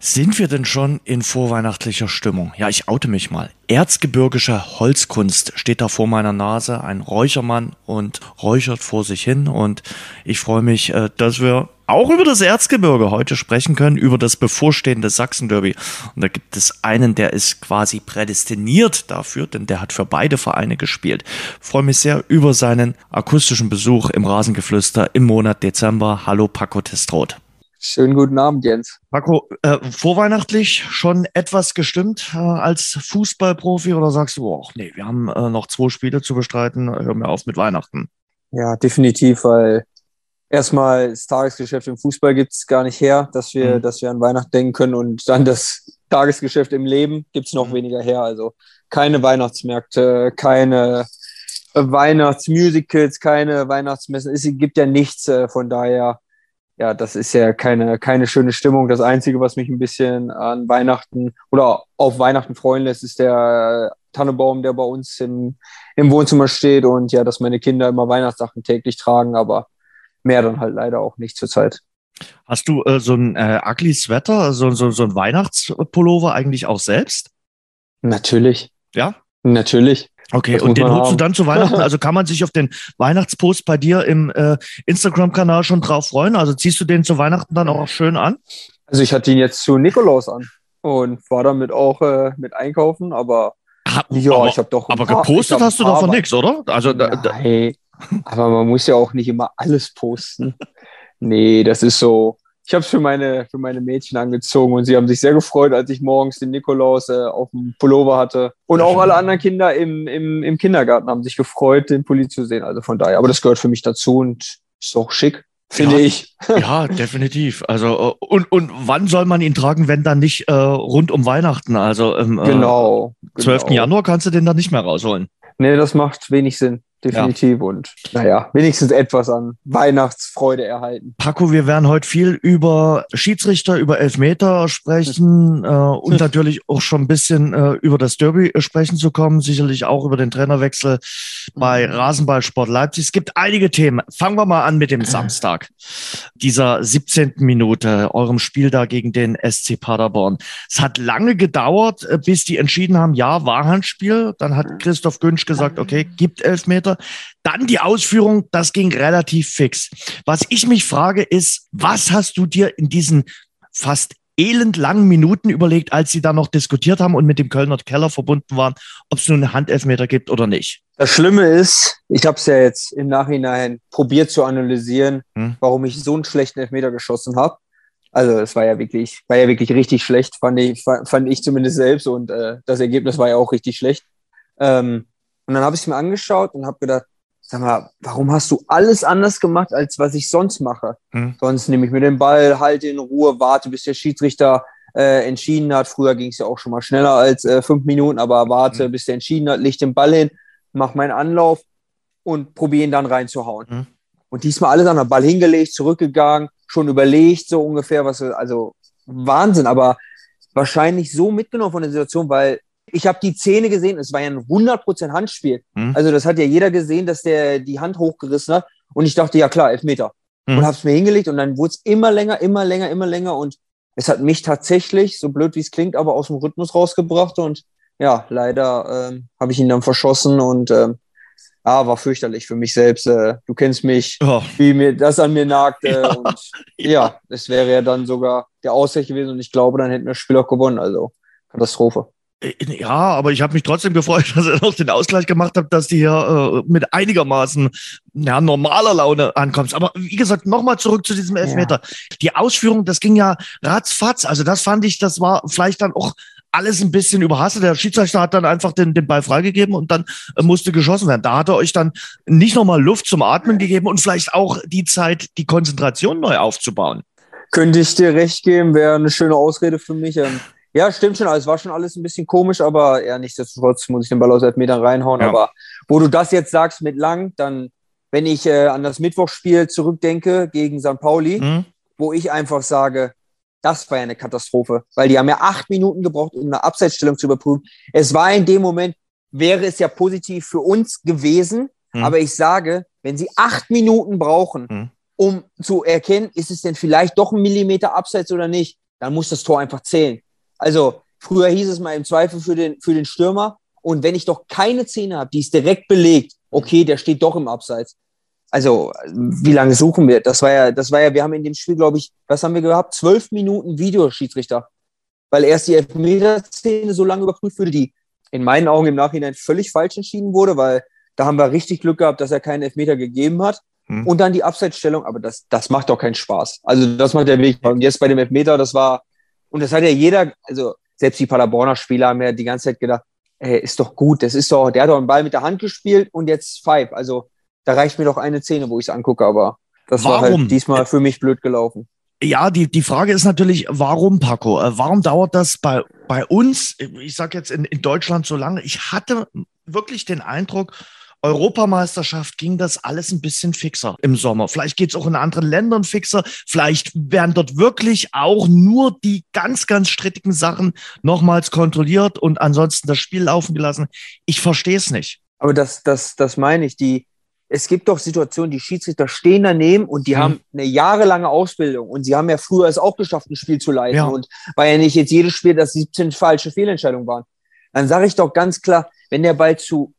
Sind wir denn schon in vorweihnachtlicher Stimmung? Ja, ich oute mich mal. Erzgebirgische Holzkunst steht da vor meiner Nase, ein Räuchermann und räuchert vor sich hin. Und ich freue mich, dass wir auch über das Erzgebirge heute sprechen können, über das bevorstehende Sachsen-Derby. Und da gibt es einen, der ist quasi prädestiniert dafür, denn der hat für beide Vereine gespielt. Ich freue mich sehr über seinen akustischen Besuch im Rasengeflüster im Monat Dezember. Hallo Paco Testroth. Schönen guten Abend, Jens. Paco, vorweihnachtlich schon etwas gestimmt als Fußballprofi oder sagst du, ach nee, wir haben noch 2 Spiele zu bestreiten, hören wir auf mit Weihnachten? Ja, definitiv, weil erstmal das Tagesgeschäft im Fußball gibt es gar nicht her, dass wir an Weihnachten denken können, und dann das Tagesgeschäft im Leben gibt es noch weniger her. Also keine Weihnachtsmärkte, keine Weihnachtsmusicals, keine Weihnachtsmessen. Es gibt ja nichts, von daher. Ja, das ist ja keine schöne Stimmung. Das Einzige, was mich ein bisschen an Weihnachten oder auf Weihnachten freuen lässt, ist der Tannenbaum, der bei uns im Wohnzimmer steht, und ja, dass meine Kinder immer Weihnachtssachen täglich tragen, aber mehr dann halt leider auch nicht zurzeit. Hast du so ein ugly Sweater, so ein Weihnachtspullover eigentlich auch selbst? Natürlich, Ja? natürlich. Okay, Das und muss den man holst du haben. dann zu Weihnachten? Also kann man sich auf den Weihnachtspost bei dir im Instagram-Kanal schon drauf freuen? Also ziehst du den zu Weihnachten dann auch schön an? Also ich hatte ihn jetzt zu Nikolaus an und war damit auch mit einkaufen, aber ja, Aber, ich habe doch aber gepostet hast du davon nichts, oder? Also Nein, aber man muss ja auch nicht immer alles posten. Nee, das ist so. Ich habe es für meine Mädchen angezogen, und sie haben sich sehr gefreut, als ich morgens den Nikolaus auf dem Pullover hatte. Und sehr auch schön. alle anderen Kinder im Kindergarten haben sich gefreut, den Pulli zu sehen. Also von daher. Aber das gehört für mich dazu und ist auch schick, finde Ja, ich. ja, definitiv. Also, und wann soll man ihn tragen, wenn dann nicht rund um Weihnachten? Also im Genau, 12. genau. Januar kannst du den dann nicht mehr rausholen. Nee, das macht wenig Sinn, Ja. definitiv. Und naja, wenigstens etwas an Weihnachtsfreude erhalten. Paco, wir werden heute viel über Schiedsrichter, über Elfmeter sprechen und natürlich auch schon ein bisschen über das Derby sprechen zu kommen. Sicherlich auch über den Trainerwechsel bei Rasenballsport Leipzig. Es gibt einige Themen. Fangen wir mal an mit dem Samstag, dieser 17. Minute, eurem Spiel da gegen den SC Paderborn. Es hat lange gedauert, bis die entschieden haben, ja, war Handspiel. Dann hat Christoph Günsch gesagt, okay, gibt Elfmeter. Dann die Ausführung, das ging relativ fix. Was ich mich frage ist, was hast du dir in diesen fast elendlangen Minuten überlegt, als sie da noch diskutiert haben und mit dem Kölner Keller verbunden waren, ob es nun einen Handelfmeter gibt oder nicht? Das Schlimme ist, ich habe es ja jetzt im Nachhinein probiert zu analysieren, warum ich so einen schlechten Elfmeter geschossen habe. Also es war ja wirklich richtig schlecht, fand ich zumindest selbst, und das Ergebnis war ja auch richtig schlecht. Und dann habe ich es mir angeschaut und habe gedacht, sag mal, warum hast du alles anders gemacht, als was ich sonst mache? Sonst nehme ich mir den Ball, halte in Ruhe, warte, bis der Schiedsrichter entschieden hat. Früher ging es ja auch schon mal schneller als 5 Minuten, aber warte, bis der entschieden hat, leg den Ball hin, mach meinen Anlauf und probiere ihn dann reinzuhauen. Und diesmal alles an, der Ball hingelegt, zurückgegangen, schon überlegt, so ungefähr, also Wahnsinn, aber wahrscheinlich so mitgenommen von der Situation, weil ich habe die Szene gesehen, es war ja ein 100% Handspiel. Also das hat ja jeder gesehen, dass der die Hand hochgerissen hat, und ich dachte, ja klar, Elfmeter. Und habe es mir hingelegt, und dann wurde es immer länger, immer länger, immer länger, und es hat mich tatsächlich, so blöd wie es klingt, aber aus dem Rhythmus rausgebracht, und ja, leider habe ich ihn dann verschossen, und war fürchterlich für mich selbst. Du kennst mich, Ja. wie mir das an mir nagt, Ja, und ja, es wäre ja dann sogar der Ausgleich gewesen, und ich glaube, dann hätten wir das Spiel auch gewonnen, also Katastrophe. Ja, aber ich habe mich trotzdem gefreut, dass er noch den Ausgleich gemacht hat, dass die hier mit einigermaßen normaler Laune ankommst. Aber wie gesagt, nochmal zurück zu diesem Elfmeter. Ja. Die Ausführung, das ging ja ratzfatz. Also das fand ich, das war vielleicht dann auch alles ein bisschen überhastet. Der Schiedsrichter hat dann einfach den Ball freigegeben, und dann musste geschossen werden. Da hat er euch dann nicht nochmal Luft zum Atmen gegeben und vielleicht auch die Zeit, die Konzentration neu aufzubauen. Könnte ich dir recht geben, wäre eine schöne Ausrede für mich. Ja, stimmt schon. Also es war schon alles ein bisschen komisch, aber ja, nichtsdestotrotz muss ich den Ball aus Elfmetern reinhauen. Ja. Aber wo du das jetzt sagst mit lang, dann, wenn ich an das Mittwochsspiel zurückdenke gegen St. Pauli, wo ich einfach sage, das war ja eine Katastrophe, weil die haben ja 8 Minuten gebraucht, um eine Abseitsstellung zu überprüfen. Es war in dem Moment, wäre es ja positiv für uns gewesen, aber ich sage, wenn sie 8 Minuten brauchen, um zu erkennen, ist es denn vielleicht doch ein Millimeter Abseits oder nicht, dann muss das Tor einfach zählen. Also früher hieß es mal im Zweifel für den Stürmer, und wenn ich doch keine Szene habe, die ist direkt belegt, okay, der steht doch im Abseits. Also, wie lange suchen wir? Das war ja, wir haben in dem Spiel, glaube ich, was haben wir gehabt? 12 Minuten Videoschiedsrichter. Weil erst die Elfmeter-Szene so lange überprüft wurde, die in meinen Augen im Nachhinein völlig falsch entschieden wurde, weil da haben wir richtig Glück gehabt, dass er keinen Elfmeter gegeben hat. Und dann die Abseitsstellung, aber das macht doch keinen Spaß. Also, das macht der Weg. Und jetzt bei dem Elfmeter, das hat ja jeder, also selbst die Paderborner Spieler haben ja die ganze Zeit gedacht, ist doch gut, der hat doch einen Ball mit der Hand gespielt und jetzt pfeift. Also da reicht mir doch eine Szene, wo ich es angucke, aber das war halt diesmal für mich blöd gelaufen. Ja, die Frage ist natürlich, warum, Paco? Warum dauert das bei uns, ich sage jetzt in Deutschland so lange? Ich hatte wirklich den Eindruck, Europameisterschaft ging das alles ein bisschen fixer im Sommer. Vielleicht geht es auch in anderen Ländern fixer. Vielleicht werden dort wirklich auch nur die ganz, ganz strittigen Sachen nochmals kontrolliert und ansonsten das Spiel laufen gelassen. Ich verstehe es nicht. Aber das meine ich. Es gibt doch Situationen, die Schiedsrichter stehen daneben und die haben eine jahrelange Ausbildung und sie haben ja früher es auch geschafft, ein Spiel zu leiten. Ja. Und war ja nicht jetzt jedes Spiel, dass 17 falsche Fehlentscheidungen waren. Dann sage ich doch ganz klar, wenn der Ball zu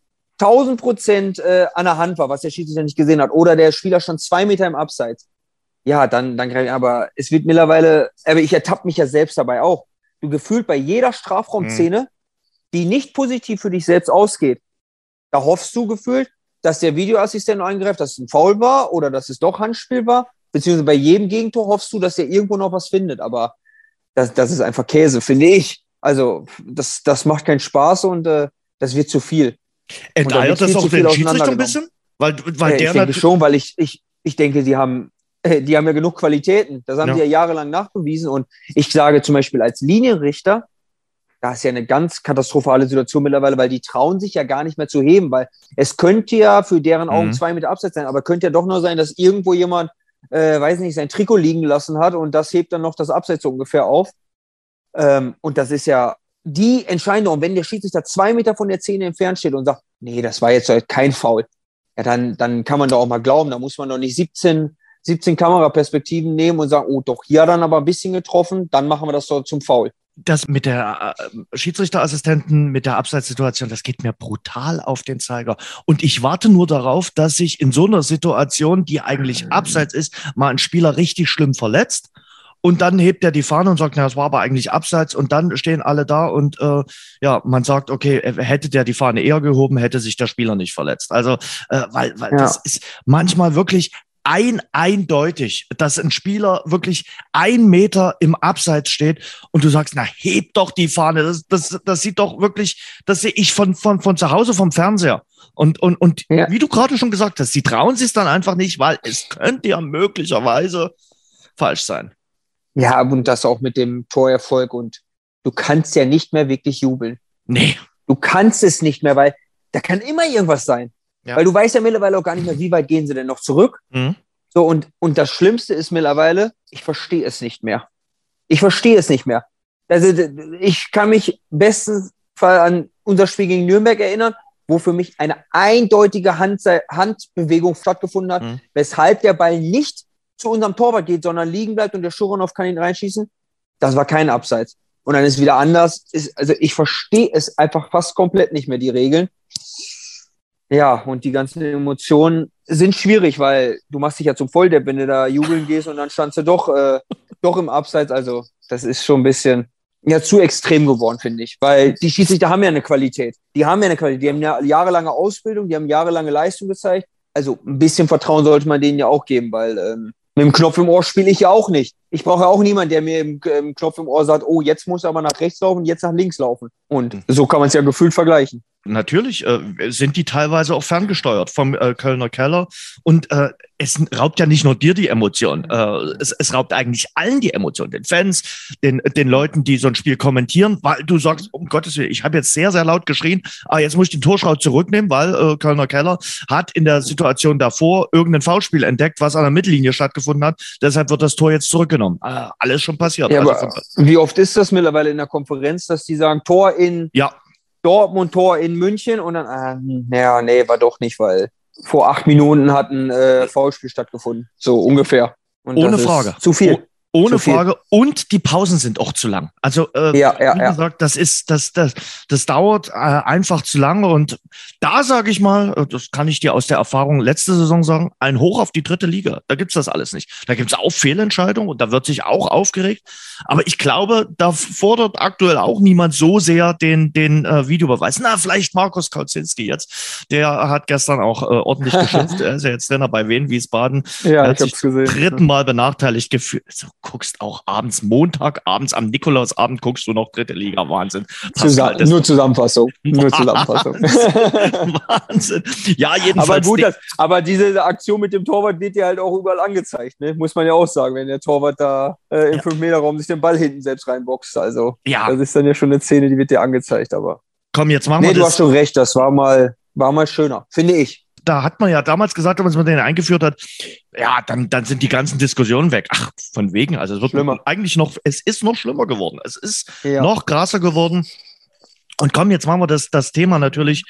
1000% an der Hand war, was der Schiedsrichter nicht gesehen hat, oder der Spieler schon 2 Meter im Abseits, ja, dann aber es wird mittlerweile, aber ich ertappe mich ja selbst dabei auch. Du gefühlt bei jeder Strafraumszene, die nicht positiv für dich selbst ausgeht, da hoffst du gefühlt, dass der Videoassistent eingreift, dass es ein Foul war oder dass es doch Handspiel war, beziehungsweise bei jedem Gegentor hoffst du, dass der irgendwo noch was findet, aber das ist einfach Käse, finde ich. Also das macht keinen Spaß und das wird zu viel. Enteiert das auch den Schiedsrichter ein bisschen? Weil ich denke schon, weil ich denke, die haben ja genug Qualitäten. Das haben die ja jahrelang nachbewiesen. Und ich sage zum Beispiel als Linienrichter, da ist ja eine ganz katastrophale Situation mittlerweile, weil die trauen sich ja gar nicht mehr zu heben, weil es könnte ja für deren Augen 2 Meter Abseits sein, aber könnte ja doch nur sein, dass irgendwo jemand, weiß nicht, sein Trikot liegen lassen hat und das hebt dann noch das Abseits so ungefähr auf. Und das ist ja die entscheidende, und wenn der Schiedsrichter 2 Meter von der Szene entfernt steht und sagt, nee, das war jetzt halt kein Foul, ja, dann kann man doch auch mal glauben, da muss man doch nicht 17 Kameraperspektiven nehmen und sagen, oh, doch, hier hat dann aber ein bisschen getroffen, dann machen wir das doch zum Foul. Das mit der Schiedsrichterassistenten, mit der Abseitssituation, das geht mir brutal auf den Zeiger. Und ich warte nur darauf, dass sich in so einer Situation, die eigentlich abseits ist, mal ein Spieler richtig schlimm verletzt. Und dann hebt er die Fahne und sagt, na, das war aber eigentlich abseits. Und dann stehen alle da und man sagt, okay, hätte der die Fahne eher gehoben, hätte sich der Spieler nicht verletzt. Also, weil das ist manchmal wirklich eindeutig, dass ein Spieler wirklich 1 Meter im Abseits steht und du sagst, na, heb doch die Fahne. Das sieht doch wirklich, das sehe ich von zu Hause vom Fernseher. Und wie du gerade schon gesagt hast, sie trauen sich dann einfach nicht, weil es könnte ja möglicherweise falsch sein. Ja, und das auch mit dem Torerfolg, und du kannst ja nicht mehr wirklich jubeln. Nee. Du kannst es nicht mehr, weil da kann immer irgendwas sein. Ja. Weil du weißt ja mittlerweile auch gar nicht mehr, wie weit gehen sie denn noch zurück. So, und das Schlimmste ist mittlerweile, ich verstehe es nicht mehr. Also ich kann mich im besten Fall an unser Spiel gegen Nürnberg erinnern, wo für mich eine eindeutige Handbewegung stattgefunden hat, weshalb der Ball nicht zu unserem Torwart geht, sondern liegen bleibt und der Schuranov kann ihn reinschießen. Das war kein Abseits. Und dann ist wieder anders. Also ich verstehe es einfach fast komplett nicht mehr, die Regeln. Ja, und die ganzen Emotionen sind schwierig, weil du machst dich ja zum Volldepp, wenn du da jubeln gehst und dann standst du doch im Abseits. Also das ist schon ein bisschen zu extrem geworden, finde ich. Weil die Schiedsrichter haben ja eine Qualität. Die haben eine jahrelange Ausbildung, die haben jahrelange Leistung gezeigt. Also ein bisschen Vertrauen sollte man denen ja auch geben, weil mit dem Knopf im Ohr spiele ich ja auch nicht. Ich brauche ja auch niemanden, der mir im Knopf im Ohr sagt, oh, jetzt muss er aber nach rechts laufen, jetzt nach links laufen. Und so kann man es ja gefühlt vergleichen. Natürlich sind die teilweise auch ferngesteuert vom Kölner Keller. Und es raubt ja nicht nur dir die Emotion, es raubt eigentlich allen die Emotion, den Fans, den Leuten, die so ein Spiel kommentieren, weil du sagst, um Gottes Willen, ich habe jetzt sehr, sehr laut geschrien, jetzt muss ich den Torschraubt zurücknehmen, weil Kölner Keller hat in der Situation davor irgendein Foulspiel entdeckt, was an der Mittellinie stattgefunden hat. Deshalb wird das Tor jetzt zurückgenommen. Alles schon passiert. Ja, aber wie oft ist das mittlerweile in der Konferenz, dass die sagen, Tor in Dortmund, Tor in München und dann, nee, war doch nicht, weil vor 8 Minuten hat ein Foulspiel stattgefunden. So ungefähr. Und ohne Frage. Zu viel. Ohne Frage. Und die Pausen sind auch zu lang. Also, wie gesagt, das dauert einfach zu lange. Und da sage ich mal, das kann ich dir aus der Erfahrung letzte Saison sagen, ein Hoch auf die 3. Liga. Da gibt's das alles nicht. Da gibt's auch Fehlentscheidungen und da wird sich auch aufgeregt. Aber ich glaube, da fordert aktuell auch niemand so sehr den Videobeweis. Na, vielleicht Markus Kauzinski jetzt. Der hat gestern auch ordentlich geschimpft. Er ist ja jetzt Trainer bei Wien Wiesbaden. Ja, er hat sich zum 3. Mal benachteiligt gefühlt. Also, guckst auch abends, Montagabends am Nikolausabend guckst du noch 3. Liga. Wahnsinn. Nur Zusammenfassung. Nur Zusammenfassung. Wahnsinn. Ja, jedenfalls. Aber gut, aber diese Aktion mit dem Torwart wird ja halt auch überall angezeigt, ne? Muss man ja auch sagen, wenn der Torwart da im 5-Meter-Raum sich den Ball hinten selbst reinboxt. Also, das ist dann ja schon eine Szene, die wird dir angezeigt, aber. Komm, jetzt machen wir das. Nee, du hast schon recht, das war mal schöner, finde ich. Da hat man ja damals gesagt, als man den eingeführt hat, ja, dann sind die ganzen Diskussionen weg. Ach, von wegen, also es wird es ist noch schlimmer geworden. Es ist noch krasser geworden. Und komm, jetzt machen wir das Thema natürlich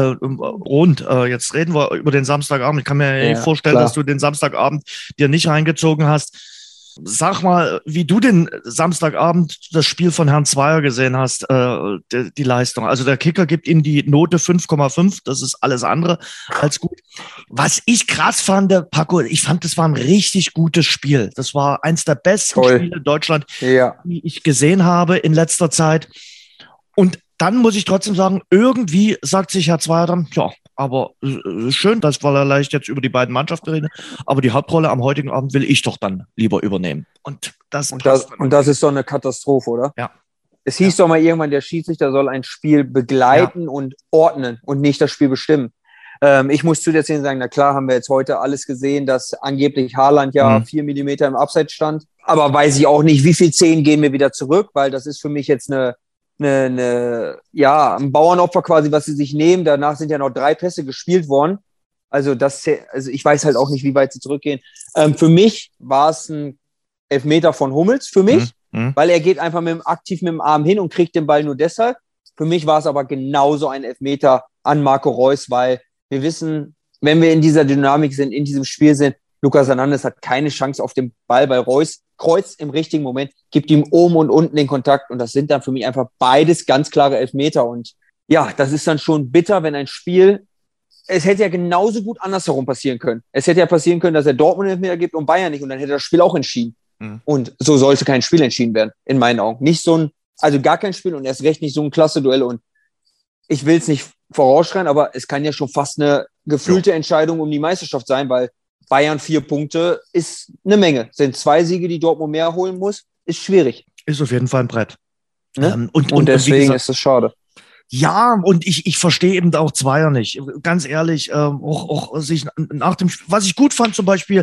rund. Jetzt reden wir über den Samstagabend. Ich kann mir nicht vorstellen, dass du den Samstagabend dir nicht reingezogen hast. Sag mal, wie du den Samstagabend das Spiel von Herrn Zweier gesehen hast, die Leistung. Also der Kicker gibt ihm die Note 5,5. Das ist alles andere als gut. Was ich krass fand, Paco, ich fand, das war ein richtig gutes Spiel. Das war eins der besten Spiele in Deutschland, die ich gesehen habe in letzter Zeit. Und dann muss ich trotzdem sagen, irgendwie sagt sich Herr Zweier dann, ja, aber schön, dass wir leicht jetzt über die beiden Mannschaften reden, aber die Hauptrolle am heutigen Abend will ich doch dann lieber übernehmen. Und das ist doch eine Katastrophe, oder? Ja. Es hieß doch mal irgendwann, der Schiedsrichter soll ein Spiel begleiten und ordnen und nicht das Spiel bestimmen. Ich muss zu der Szene sagen, na klar, haben wir jetzt heute alles gesehen, dass angeblich Haaland 4 Millimeter im Abseits stand. Aber weiß ich auch nicht, wie viel Szenen gehen wir wieder zurück, weil das ist für mich jetzt ein Bauernopfer quasi, was sie sich nehmen. Danach sind ja noch 3 Pässe gespielt worden. Also ich weiß halt auch nicht, wie weit sie zurückgehen. Für mich war es ein Elfmeter von Hummels, für mich, weil er geht einfach aktiv mit dem Arm hin und kriegt den Ball nur deshalb. Für mich war es aber genauso ein Elfmeter an Marco Reus, weil wir wissen, wenn wir in dieser Dynamik sind, in diesem Spiel sind, Lucas Hernandez hat keine Chance auf den Ball, weil Reus kreuzt im richtigen Moment, gibt ihm oben und unten den Kontakt und das sind dann für mich einfach beides ganz klare Elfmeter und ja, das ist dann schon bitter, wenn ein Spiel, es hätte ja genauso gut andersherum passieren können. Es hätte ja passieren können, dass er Dortmund Elfmeter gibt und Bayern nicht und dann hätte das Spiel auch entschieden. Und so sollte kein Spiel entschieden werden, in meinen Augen. Nicht also gar kein Spiel und erst recht nicht so ein klasse Duell und ich will es nicht vorausschreien, aber es kann ja schon fast eine gefühlte Entscheidung um die Meisterschaft sein, weil Bayern 4 Punkte ist eine Menge. Sind 2 Siege, die Dortmund mehr holen muss, ist schwierig. Ist auf jeden Fall ein Brett. Ne? Und deswegen ist es schade. Ja, und ich verstehe eben auch Zweier nicht. Ganz ehrlich, auch sich nach dem, was ich gut fand, zum Beispiel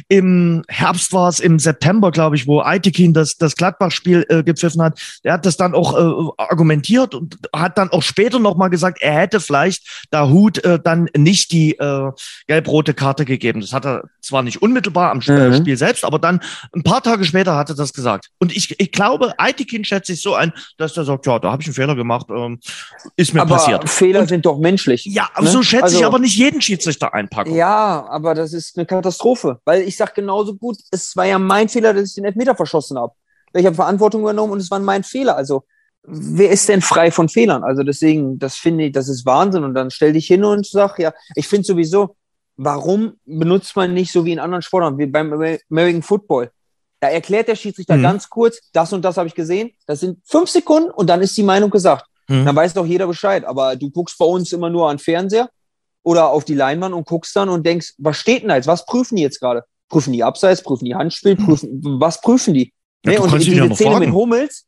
im Herbst war es, im September, glaube ich, wo Aitekin das Gladbach-Spiel gepfiffen hat. Der hat das dann auch argumentiert und hat dann auch später nochmal gesagt, er hätte vielleicht Dahoud dann nicht die gelb-rote Karte gegeben. Das hat er zwar nicht unmittelbar am Spiel selbst, aber dann ein paar Tage später hat er das gesagt. Und ich glaube, Aitekin schätzt sich so ein, dass der sagt, ja, da habe ich einen Fehler gemacht, ist mir passiert. Aber Fehler sind doch menschlich. Ja, ne? So schätze ich aber nicht jeden Schiedsrichter einpacken. Ja, aber das ist eine Katastrophe. Weil ich sage genauso gut, es war ja mein Fehler, dass ich den Elfmeter verschossen habe. Ich habe Verantwortung übernommen und es war mein Fehler. Also wer ist denn frei von Fehlern? Also deswegen, das finde ich, das ist Wahnsinn. Und dann stell dich hin und sag, ja, ich finde sowieso, warum benutzt man nicht so wie in anderen Sportarten, wie beim American Football? Da erklärt der Schiedsrichter ganz kurz, das und das habe ich gesehen. Das sind 5 Sekunden und dann ist die Meinung gesagt. Dann weiß doch jeder Bescheid. Aber du guckst bei uns immer nur an den Fernseher oder auf die Leinwand und guckst dann und denkst, was steht denn da jetzt? Was prüfen die jetzt gerade? Prüfen die Abseits? Prüfen die Handspiel? Was prüfen die? Ja, nee, und diese ja Szene mit Hummels,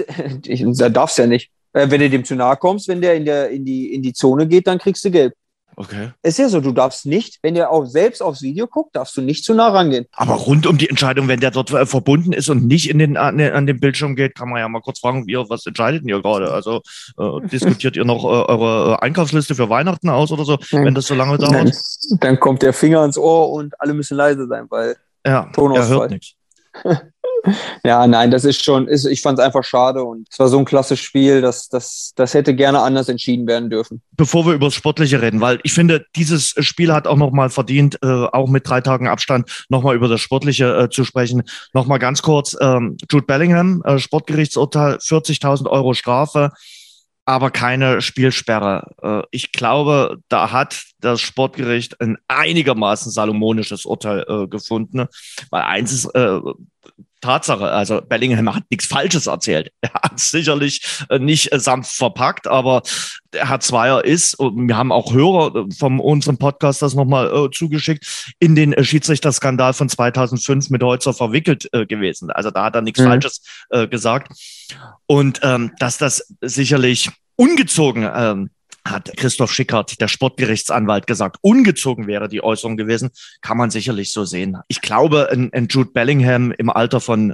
da darfst du ja nicht. Wenn du dem zu nahe kommst, wenn der in die Zone geht, dann kriegst du gelb. Okay. Ist ja so, du darfst nicht, wenn der auch selbst aufs Video guckt, darfst du nicht zu nah rangehen. Aber rund um die Entscheidung, wenn der dort verbunden ist und nicht an den Bildschirm geht, kann man ja mal kurz fragen, was entscheidet denn ihr gerade? Also diskutiert ihr noch eure Einkaufsliste für Weihnachten aus oder so, wenn das so lange dauert? Dann kommt der Finger ins Ohr und alle müssen leise sein, weil Tonausfall. Er hört nichts. Ja, nein, das ist schon, ich fand es einfach schade und es war so ein klasse Spiel, das hätte gerne anders entschieden werden dürfen. Bevor wir über das Sportliche reden, weil ich finde, dieses Spiel hat auch nochmal verdient, auch mit 3 Tagen Abstand nochmal über das Sportliche zu sprechen. Nochmal ganz kurz, Jude Bellingham, Sportgerichtsurteil, 40.000 Euro Strafe, aber keine Spielsperre. Ich glaube, da hat das Sportgericht ein einigermaßen salomonisches Urteil gefunden, weil eins ist Tatsache, also Bellingham hat nichts Falsches erzählt. Er hat sicherlich nicht sanft verpackt, aber der Herr Zweier ist, und wir haben auch Hörer von unserem Podcast das nochmal zugeschickt, in den Schiedsrichterskandal von 2005 mit Holzer verwickelt gewesen. Also da hat er nichts Falsches gesagt. Und dass das sicherlich ungezogen hat Christoph Schickert, der Sportgerichtsanwalt, gesagt, ungezogen wäre die Äußerung gewesen, kann man sicherlich so sehen. Ich glaube, ein Jude Bellingham im Alter von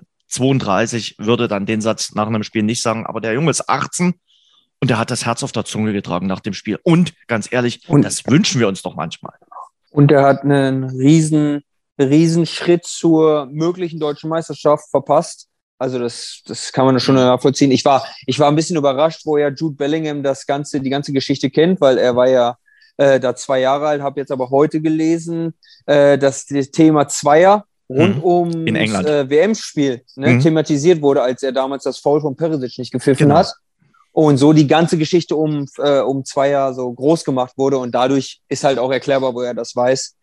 32 würde dann den Satz nach einem Spiel nicht sagen, aber der Junge ist 18 und er hat das Herz auf der Zunge getragen nach dem Spiel. Und ganz ehrlich, das wünschen wir uns doch manchmal. Und er hat einen riesen Schritt zur möglichen deutschen Meisterschaft verpasst. Also das kann man schon nachvollziehen. Ich war ein bisschen überrascht, wo ja Jude Bellingham die ganze Geschichte kennt, weil er war ja da 2 Jahre alt, habe jetzt aber heute gelesen, dass das Thema Zweier rund um das WM-Spiel thematisiert wurde, als er damals das Foul von Perisic nicht gepfiffen hat. Und so die ganze Geschichte um Zweier so groß gemacht wurde und dadurch ist halt auch erklärbar, wo er das weiß.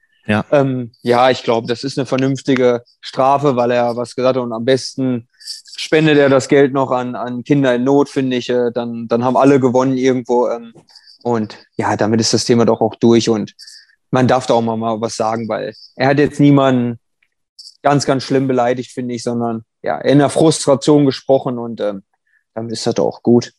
Ja, ich glaube, das ist eine vernünftige Strafe, weil er was gesagt hat und am besten spendet er das Geld noch an Kinder in Not, finde ich. Dann haben alle gewonnen irgendwo. Und ja, damit ist das Thema doch auch durch und man darf da auch mal was sagen, weil er hat jetzt niemanden ganz, ganz schlimm beleidigt, finde ich, sondern ja, in der Frustration gesprochen und damit ist das doch auch gut.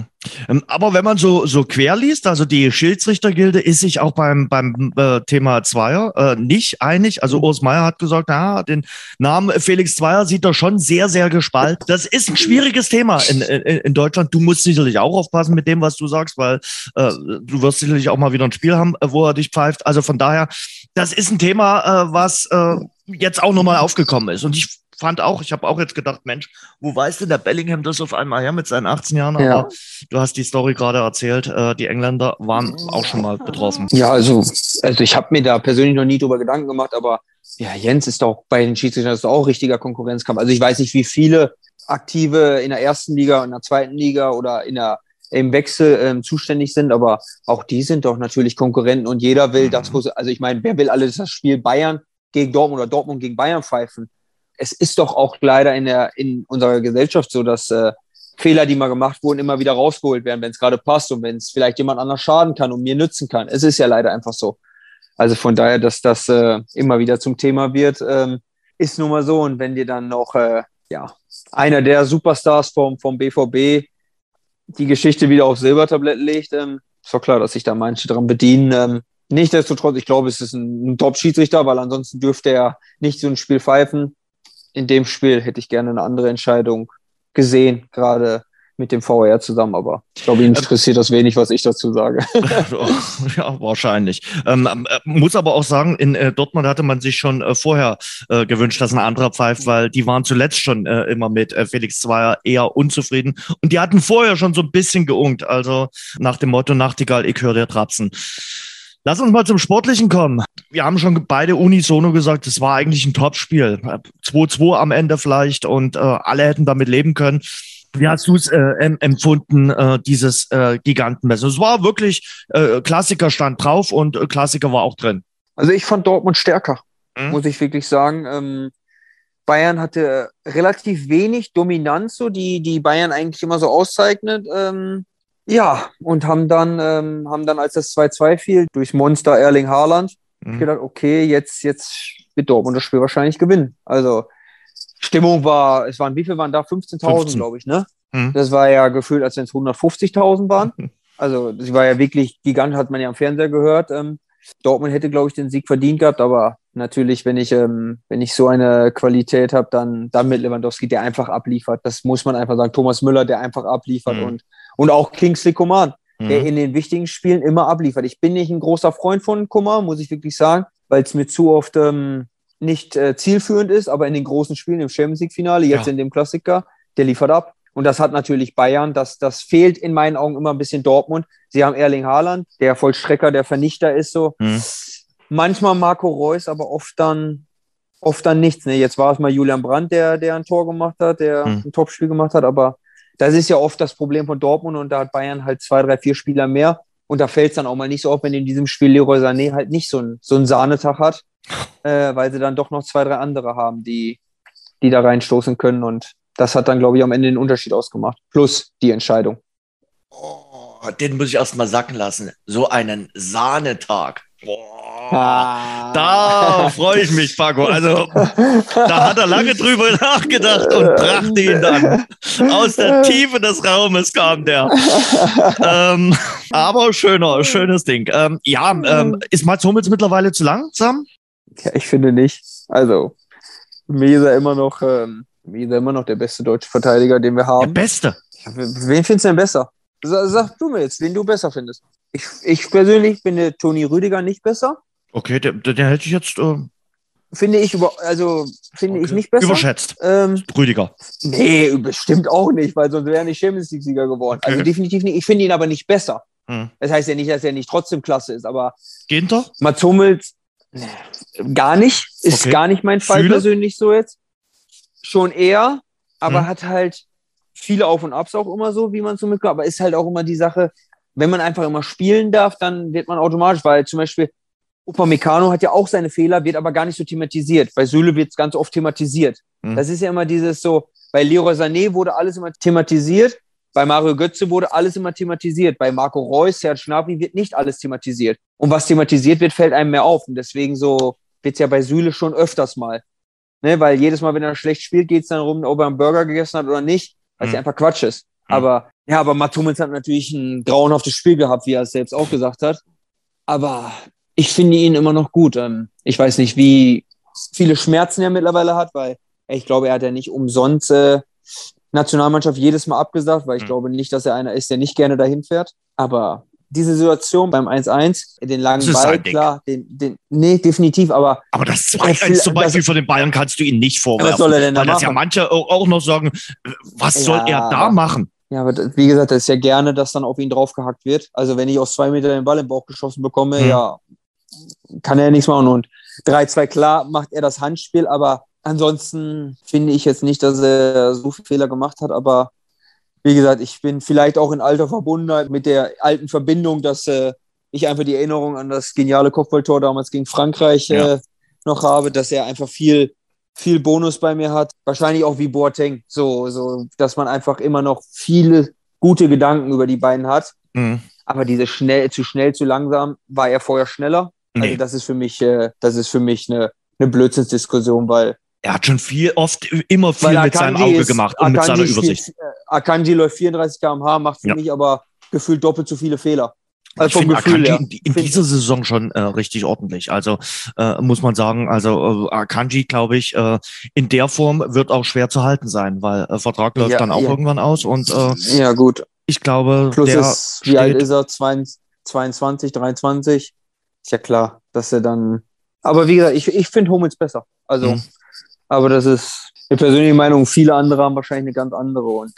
Aber wenn man so quer liest, also die Schiedsrichtergilde ist sich auch beim Thema Zweier nicht einig. Also Urs Meier hat gesagt, den Namen Felix Zweier sieht er schon sehr, sehr gespalten. Das ist ein schwieriges Thema in Deutschland. Du musst sicherlich auch aufpassen mit dem, was du sagst, weil du wirst sicherlich auch mal wieder ein Spiel haben, wo er dich pfeift. Also von daher, das ist ein Thema, was jetzt auch nochmal aufgekommen ist. Und ich habe auch jetzt gedacht, Mensch, wo weiß denn der Bellingham das auf einmal her mit seinen 18 Jahren? Ja. Aber du hast die Story gerade erzählt, die Engländer waren auch schon mal betroffen. Ja, also ich habe mir da persönlich noch nie drüber Gedanken gemacht, aber ja, Jens ist doch bei den Schiedsrichtern ist doch auch richtiger Konkurrenzkampf. Also ich weiß nicht, wie viele Aktive in der ersten Liga, in der zweiten Liga oder im Wechsel zuständig sind, aber auch die sind doch natürlich Konkurrenten und jeder will das, also ich meine, wer will alles das Spiel Bayern gegen Dortmund oder Dortmund gegen Bayern pfeifen? Es ist doch auch leider in unserer Gesellschaft so, dass Fehler, die mal gemacht wurden, immer wieder rausgeholt werden, wenn es gerade passt und wenn es vielleicht jemand anders schaden kann und mir nützen kann. Es ist ja leider einfach so. Also von daher, dass das immer wieder zum Thema wird, ist nun mal so. Und wenn dir dann noch einer der Superstars vom BVB die Geschichte wieder auf Silbertablett legt, ist doch klar, dass sich da manche dran bedienen. Nichtsdestotrotz, ich glaube, es ist ein Top-Schiedsrichter, weil ansonsten dürfte er nicht so ein Spiel pfeifen. In dem Spiel hätte ich gerne eine andere Entscheidung gesehen, gerade mit dem VR zusammen, aber ich glaube, ihn interessiert das wenig, was ich dazu sage. Ja, wahrscheinlich. Muss aber auch sagen, in Dortmund hatte man sich schon vorher gewünscht, dass ein anderer pfeift, weil die waren zuletzt schon immer mit Felix Zweier eher unzufrieden und die hatten vorher schon so ein bisschen geunkt, also nach dem Motto Nachtigall, ich höre der Trapsen. Lass uns mal zum Sportlichen kommen. Wir haben schon beide unisono gesagt, es war eigentlich ein Topspiel. 2-2 am Ende vielleicht und alle hätten damit leben können. Wie hast du es empfunden, dieses Gigantenmessen? Es war wirklich, Klassiker stand drauf und Klassiker war auch drin. Also ich fand Dortmund stärker, muss ich wirklich sagen. Bayern hatte relativ wenig Dominanz, so die Bayern eigentlich immer so auszeichnet. Ja, und haben dann, als das 2-2 fiel, durch Monster Erling Haaland, gedacht, okay, jetzt wird Dortmund das Spiel wahrscheinlich gewinnen. Also Stimmung wie viel waren da? 15.000, glaube ich, ne? Das war ja gefühlt, als wenn es 150.000 waren. Also das war ja wirklich gigantisch, hat man ja am Fernseher gehört. Dortmund hätte, glaube ich, den Sieg verdient gehabt, aber natürlich, wenn ich so eine Qualität habe, dann mit Lewandowski, der einfach abliefert. Das muss man einfach sagen. Thomas Müller, der einfach abliefert und auch Kingsley Coman, der in den wichtigen Spielen immer abliefert. Ich bin nicht ein großer Freund von Coman, muss ich wirklich sagen, weil es mir zu oft nicht zielführend ist, aber in den großen Spielen, im Champions League-Finale, jetzt in dem Klassiker, der liefert ab. Und das hat natürlich Bayern, das fehlt in meinen Augen immer ein bisschen Dortmund. Sie haben Erling Haaland, der Vollstrecker, der Vernichter ist so. Manchmal Marco Reus, aber oft dann nichts. Ne? Jetzt war es mal Julian Brandt, der ein Tor gemacht hat, der ein Topspiel gemacht hat, aber das ist ja oft das Problem von Dortmund und da hat Bayern halt 2, 3, 4 Spieler mehr und da fällt es dann auch mal nicht so auf, wenn in diesem Spiel Leroy Sané halt nicht so einen Sahnetag hat, weil sie dann doch noch 2, 3 andere haben, die da reinstoßen können und das hat dann, glaube ich, am Ende den Unterschied ausgemacht. Plus die Entscheidung. Oh, den muss ich erst mal sacken lassen. So einen Sahnetag. Da freue ich mich, Paco. Also, da hat er lange drüber nachgedacht und brachte ihn dann. Aus der Tiefe des Raumes kam der. Aber schönes Ding. Ist Mats Hummels mittlerweile zu langsam? Ja, ich finde nicht. Also, mir ist er immer noch der beste deutsche Verteidiger, den wir haben. Der Beste? Ja, wen findest du denn besser? Sag du mir jetzt, wen du besser findest. Ich persönlich finde Toni Rüdiger nicht besser. Okay, der hätte ich jetzt... Finde ich nicht besser. Überschätzt. Rüdiger. Nee, bestimmt auch nicht, weil sonst wäre er nicht Champions League-Sieger geworden. Okay. Also definitiv nicht. Ich finde ihn aber nicht besser. Das heißt ja nicht, dass er nicht trotzdem klasse ist, aber Ginter? Mats Hummels gar nicht. Ist gar nicht mein Fall persönlich so jetzt. Schon eher, aber hat halt viele Auf und Abs auch immer so, wie man so mitkommt. Aber ist halt auch immer die Sache, wenn man einfach immer spielen darf, dann wird man automatisch, weil zum Beispiel Upamecano hat ja auch seine Fehler, wird aber gar nicht so thematisiert. Bei Süle wird es ganz oft thematisiert. Das ist ja immer dieses so, bei Leroy Sané wurde alles immer thematisiert, bei Mario Götze wurde alles immer thematisiert, bei Marco Reus, Serge Gnabry wird nicht alles thematisiert. Und was thematisiert wird, fällt einem mehr auf. Und deswegen so wird es ja bei Süle schon öfters mal. Ne? Weil jedes Mal, wenn er schlecht spielt, geht es dann rum, ob er einen Burger gegessen hat oder nicht, weil es ja einfach Quatsch ist. Aber Mats Hummels hat natürlich ein grauenhaftes Spiel gehabt, wie er es selbst auch gesagt hat. Aber ich finde ihn immer noch gut. Ich weiß nicht, wie viele Schmerzen er mittlerweile hat, weil ich glaube, er hat ja nicht umsonst Nationalmannschaft jedes Mal abgesagt, weil ich glaube nicht, dass er einer ist, der nicht gerne dahin fährt. Aber diese Situation beim 1-1, den langen Ball, klar, nee, definitiv, aber das 2-1 zum Beispiel von den Bayern kannst du ihn nicht vorwerfen. Was soll er denn da machen? Weil das ja manche auch noch sagen, was soll er da machen? Ja, aber wie gesagt, das ist ja gerne, dass dann auf ihn draufgehackt wird. Also wenn ich aus 2 Metern den Ball im Bauch geschossen bekomme, kann er nichts machen. Und 3-2, klar, macht er das Handspiel, aber ansonsten finde ich jetzt nicht, dass er so viele Fehler gemacht hat, aber wie gesagt, ich bin vielleicht auch in alter Verbundenheit mit der alten Verbindung, dass ich einfach die Erinnerung an das geniale Kopfballtor damals gegen Frankreich noch habe, dass er einfach viel Bonus bei mir hat. Wahrscheinlich auch wie Boateng, so dass man einfach immer noch viele gute Gedanken über die beiden hat. Aber diese zu schnell, zu langsam, war er vorher schneller. Nee. Also das ist für mich eine Blödsinnsdiskussion, weil er hat schon immer viel mit seinem Auge gemacht und mit seiner Übersicht. Akanji läuft 34 km/h, macht für mich aber gefühlt doppelt so viele Fehler. Also ich finde Akanji in dieser Saison schon richtig ordentlich. Also muss man sagen, Akanji, glaube ich, in der Form wird auch schwer zu halten sein, weil Vertrag läuft dann auch irgendwann aus. Und ja, gut. Ich glaube, Plus wie alt ist er? 22, 23? Ist ja klar, dass er dann... Aber wie gesagt, ich finde Hummels besser. Also... Aber das ist eine persönliche Meinung. Viele andere haben wahrscheinlich eine ganz andere. Und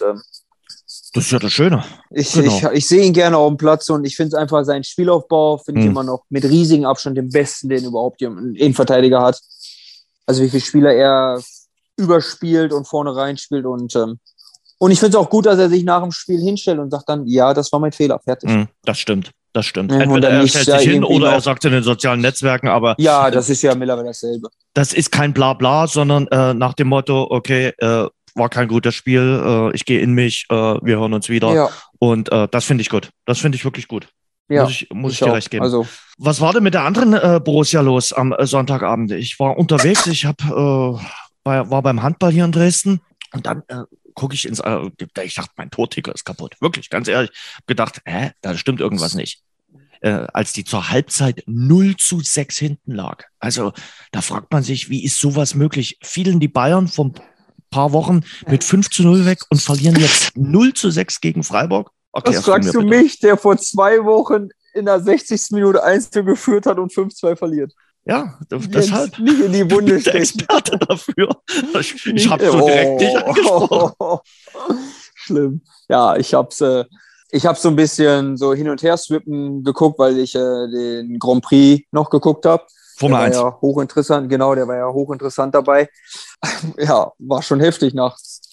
das ist ja das Schöne. Ich sehe ihn gerne auf dem Platz und ich finde es einfach, seinen Spielaufbau finde ich immer noch mit riesigem Abstand den besten, den überhaupt ein Innenverteidiger hat. Also wie viele Spieler er überspielt und vorne reinspielt. Und ich finde es auch gut, dass er sich nach dem Spiel hinstellt und sagt dann, ja, das war mein Fehler, fertig. Das stimmt. Entweder er stellt sich hin oder er sagt in den sozialen Netzwerken, aber... Ja, das ist ja mittlerweile dasselbe. Das ist kein Blabla, sondern nach dem Motto, okay, war kein gutes Spiel, ich gehe in mich, wir hören uns wieder. Ja. Und das finde ich gut. Das finde ich wirklich gut. Ja, muss ich dir recht geben. Also. Was war denn mit der anderen Borussia los am Sonntagabend? Ich war unterwegs, war beim Handball hier in Dresden und dann... gucke ich ich dachte, mein Torticker ist kaputt. Wirklich, ganz ehrlich. Hab gedacht, da stimmt irgendwas nicht. Als die zur Halbzeit 0-6 hinten lag. Also, da fragt man sich, wie ist sowas möglich? Fielen die Bayern vor ein paar Wochen mit 5-0 weg und verlieren jetzt 0-6 gegen Freiburg? Okay, das fragst du mich, der vor 2 Wochen in der 60. Minute 1-0 geführt hat und 5-2 verliert. Ja, deshalb. Nicht in die Wunde der Experte dafür. Ich habe so direkt dich angesprochen. Schlimm. Ja, ich hab's so ein bisschen so hin und her swippen geguckt, weil ich den Grand Prix noch geguckt habe. Formel 1. Der war ja hochinteressant, genau, der war ja hochinteressant dabei. Ja, war schon heftig. Nach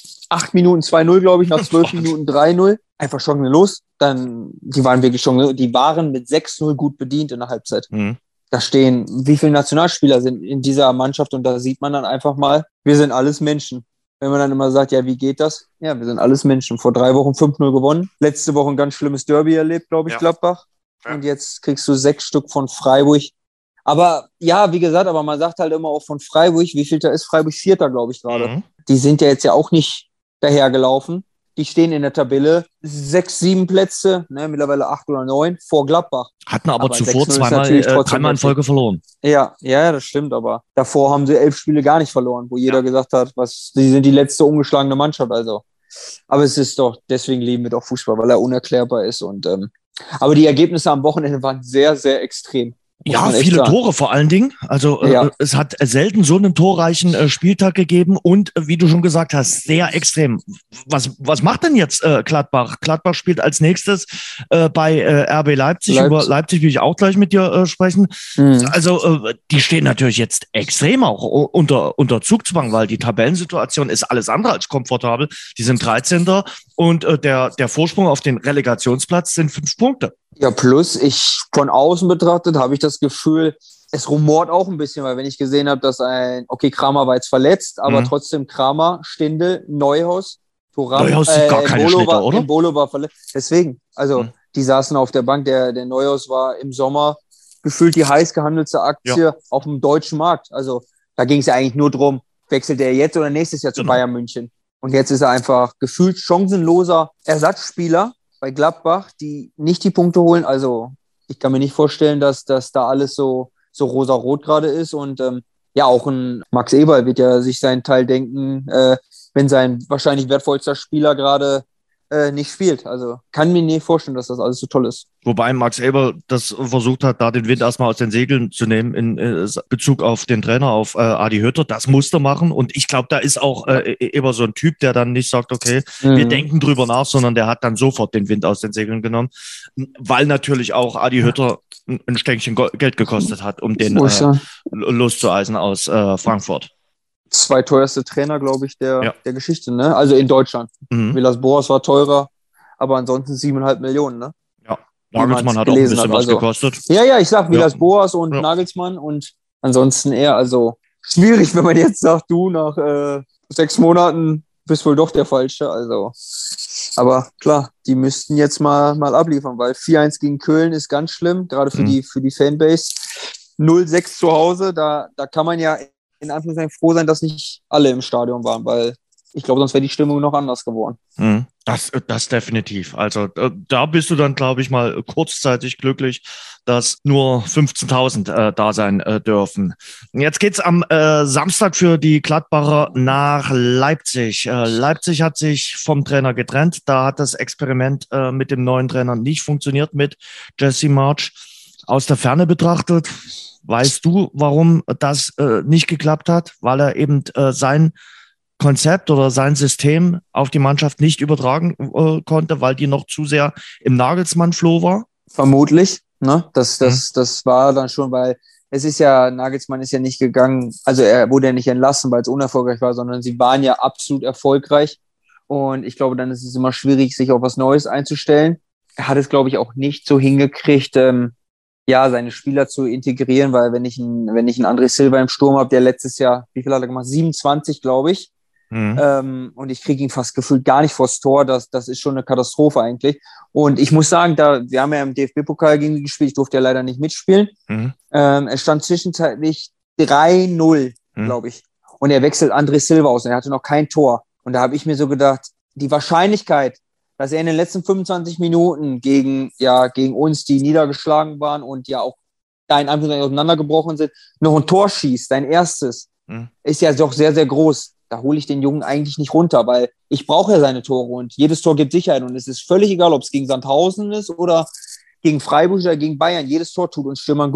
8 Minuten 2-0, glaube ich, nach 12 Minuten 3-0. Einfach schon los. Dann, die waren wirklich schon, die waren mit 6-0 gut bedient in der Halbzeit. Mhm. Da stehen, wie viele Nationalspieler sind in dieser Mannschaft und da sieht man dann einfach mal, wir sind alles Menschen. Wenn man dann immer sagt, ja, wie geht das? Ja, wir sind alles Menschen. Vor 3 Wochen 5-0 gewonnen. Letzte Woche ein ganz schlimmes Derby erlebt, glaube ich, Gladbach. Ja. Und jetzt kriegst du 6 Stück von Freiburg. Aber ja, wie gesagt, aber man sagt halt immer auch von Freiburg, wie viel da ist Freiburg? 4. glaube ich gerade. Mhm. Die sind ja jetzt ja auch nicht dahergelaufen. Die stehen in der Tabelle 6, 7 Plätze, mittlerweile 8 oder 9 vor Gladbach. Hatten aber zuvor dreimal in Folge verloren. Ja, das stimmt, aber davor haben sie 11 Spiele gar nicht verloren, wo jeder gesagt hat, sie sind die letzte ungeschlagene Mannschaft. Also, aber es ist doch, deswegen lieben wir doch Fußball, weil er unerklärbar ist. Und aber die Ergebnisse am Wochenende waren sehr, sehr extrem. Ja, viele Tore vor allen Dingen. Also es hat selten so einen torreichen Spieltag gegeben und wie du schon gesagt hast, sehr extrem. Was macht denn jetzt Gladbach? Gladbach spielt als nächstes bei RB Leipzig. Über Leipzig will ich auch gleich mit dir sprechen. Mhm. Also die stehen natürlich jetzt extrem auch unter Zugzwang, weil die Tabellensituation ist alles andere als komfortabel. Die sind 13. und der Vorsprung auf den Relegationsplatz sind 5 Punkte. Ja, plus von außen betrachtet habe ich das Gefühl, es rumort auch ein bisschen, weil wenn ich gesehen habe, dass Kramer war jetzt verletzt, aber trotzdem Kramer, Stindl, Neuhaus, Thuram, Neuhaus sieht gar keine Schnitte, oder? Embolo war verletzt. Deswegen, also die saßen auf der Bank, der Neuhaus war im Sommer gefühlt die heiß gehandelte Aktie auf dem deutschen Markt. Also da ging es ja eigentlich nur drum, wechselt er jetzt oder nächstes Jahr zu Bayern München. Und jetzt ist er einfach gefühlt chancenloser Ersatzspieler bei Gladbach, die nicht die Punkte holen. Also ich kann mir nicht vorstellen, dass da alles so rosa-rot gerade ist. Und auch ein Max Eberl wird ja sich seinen Teil denken, wenn sein wahrscheinlich wertvollster Spieler gerade nicht spielt. Also kann mir nicht vorstellen, dass das alles so toll ist. Wobei Max Eberl das versucht hat, da den Wind erstmal aus den Segeln zu nehmen in Bezug auf den Trainer, auf Adi Hütter. Das musste machen. Und ich glaube, da ist auch Eberl so ein Typ, der dann nicht sagt, okay, wir denken drüber nach, sondern der hat dann sofort den Wind aus den Segeln genommen. Weil natürlich auch Adi Hütter ein Stänkchen Geld gekostet hat, um den loszueisen aus Frankfurt. 2 teuerste Trainer, glaube ich, der Geschichte, ne? Also in Deutschland. Villas-Boas war teurer, aber ansonsten 7,5 Millionen, ne? Ja, Nagelsmann hat auch ein bisschen was gekostet. Ja, ich sag Villas-Boas und Nagelsmann und ansonsten eher, also schwierig, wenn man jetzt sagt, du nach 6 Monaten bist wohl doch der Falsche, also. Aber klar, die müssten jetzt mal abliefern, weil 4-1 gegen Köln ist ganz schlimm, gerade für die Fanbase. 0-6 zu Hause, da kann man ja in Anführungszeichen froh sein, dass nicht alle im Stadion waren, weil ich glaube, sonst wäre die Stimmung noch anders geworden. Das definitiv. Also da bist du dann, glaube ich, mal kurzzeitig glücklich, dass nur 15.000 da sein dürfen. Jetzt geht's am Samstag für die Gladbacher nach Leipzig. Leipzig hat sich vom Trainer getrennt. Da hat das Experiment mit dem neuen Trainer nicht funktioniert, mit Jesse Marsch. Aus der Ferne betrachtet, weißt du, warum das nicht geklappt hat? Weil er eben sein Konzept oder sein System auf die Mannschaft nicht übertragen konnte, weil die noch zu sehr im Nagelsmann-Flow war? Vermutlich. Ne? Das war dann schon, weil Nagelsmann ist ja nicht gegangen, also er wurde ja nicht entlassen, weil es unerfolgreich war, sondern sie waren ja absolut erfolgreich. Und ich glaube, dann ist es immer schwierig, sich auf was Neues einzustellen. Er hat es, glaube ich, auch nicht so hingekriegt, seine Spieler zu integrieren, weil wenn ich einen André Silva im Sturm habe, der letztes Jahr, wie viel hat er gemacht? 27, glaube ich. Und ich kriege ihn fast gefühlt gar nicht vors Tor. Das ist schon eine Katastrophe eigentlich. Und ich muss sagen, wir haben ja im DFB-Pokal gegen die gespielt, ich durfte ja leider nicht mitspielen. Es stand zwischenzeitlich 3-0, glaube ich. Und er wechselt André Silva aus und er hatte noch kein Tor. Und da habe ich mir so gedacht, die Wahrscheinlichkeit, dass er in den letzten 25 Minuten gegen uns, die niedergeschlagen waren und ja auch da in Anführungszeichen auseinandergebrochen sind, noch ein Tor schießt, sein erstes, ist ja doch sehr, sehr groß. Da hole ich den Jungen eigentlich nicht runter, weil ich brauche ja seine Tore und jedes Tor gibt Sicherheit und es ist völlig egal, ob es gegen Sandhausen ist oder gegen Freiburg oder gegen Bayern. Jedes Tor tut uns Stürmern gut.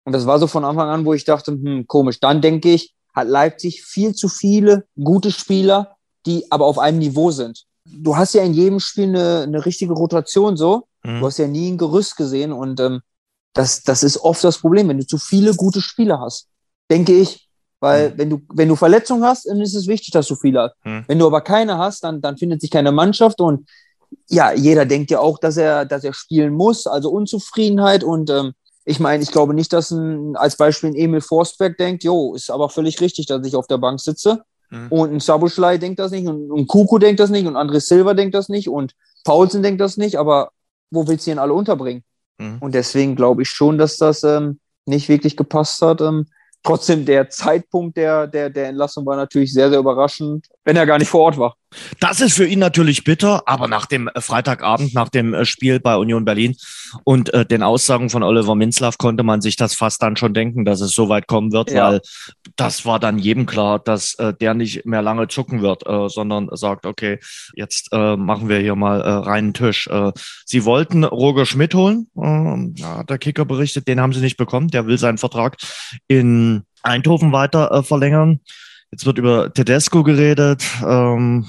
Und das war so von Anfang an, wo ich dachte, komisch. Dann denke ich, hat Leipzig viel zu viele gute Spieler, die aber auf einem Niveau sind. Du hast ja in jedem Spiel eine richtige Rotation so. Du hast ja nie ein Gerüst gesehen und das ist oft das Problem, wenn du zu viele gute Spieler hast, denke ich. Weil wenn du Verletzungen hast, dann ist es wichtig, dass du viele hast. Wenn du aber keine hast, dann findet sich keine Mannschaft und ja, jeder denkt ja auch, dass er spielen muss, also Unzufriedenheit und ich meine, ich glaube nicht, dass als Beispiel ein Emil Forsberg denkt, ist aber völlig richtig, dass ich auf der Bank sitze. Und ein Szoboszlai denkt das nicht und Kuku denkt das nicht und André Silva denkt das nicht und Paulsen denkt das nicht, aber wo willst du ihn alle unterbringen? Und deswegen glaube ich schon, dass das nicht wirklich gepasst hat. Trotzdem, der Zeitpunkt der Entlassung war natürlich sehr, sehr überraschend, wenn er gar nicht vor Ort war. Das ist für ihn natürlich bitter, aber nach dem Freitagabend, nach dem Spiel bei Union Berlin und den Aussagen von Oliver Minzlaff konnte man sich das fast dann schon denken, dass es so weit kommen wird, weil das war dann jedem klar, dass der nicht mehr lange zucken wird, sondern sagt, okay, jetzt machen wir hier mal reinen Tisch. Sie wollten Roger Schmidt holen, der Kicker berichtet, den haben sie nicht bekommen, der will seinen Vertrag in Eindhoven weiter verlängern. Jetzt wird über Tedesco geredet. Ganz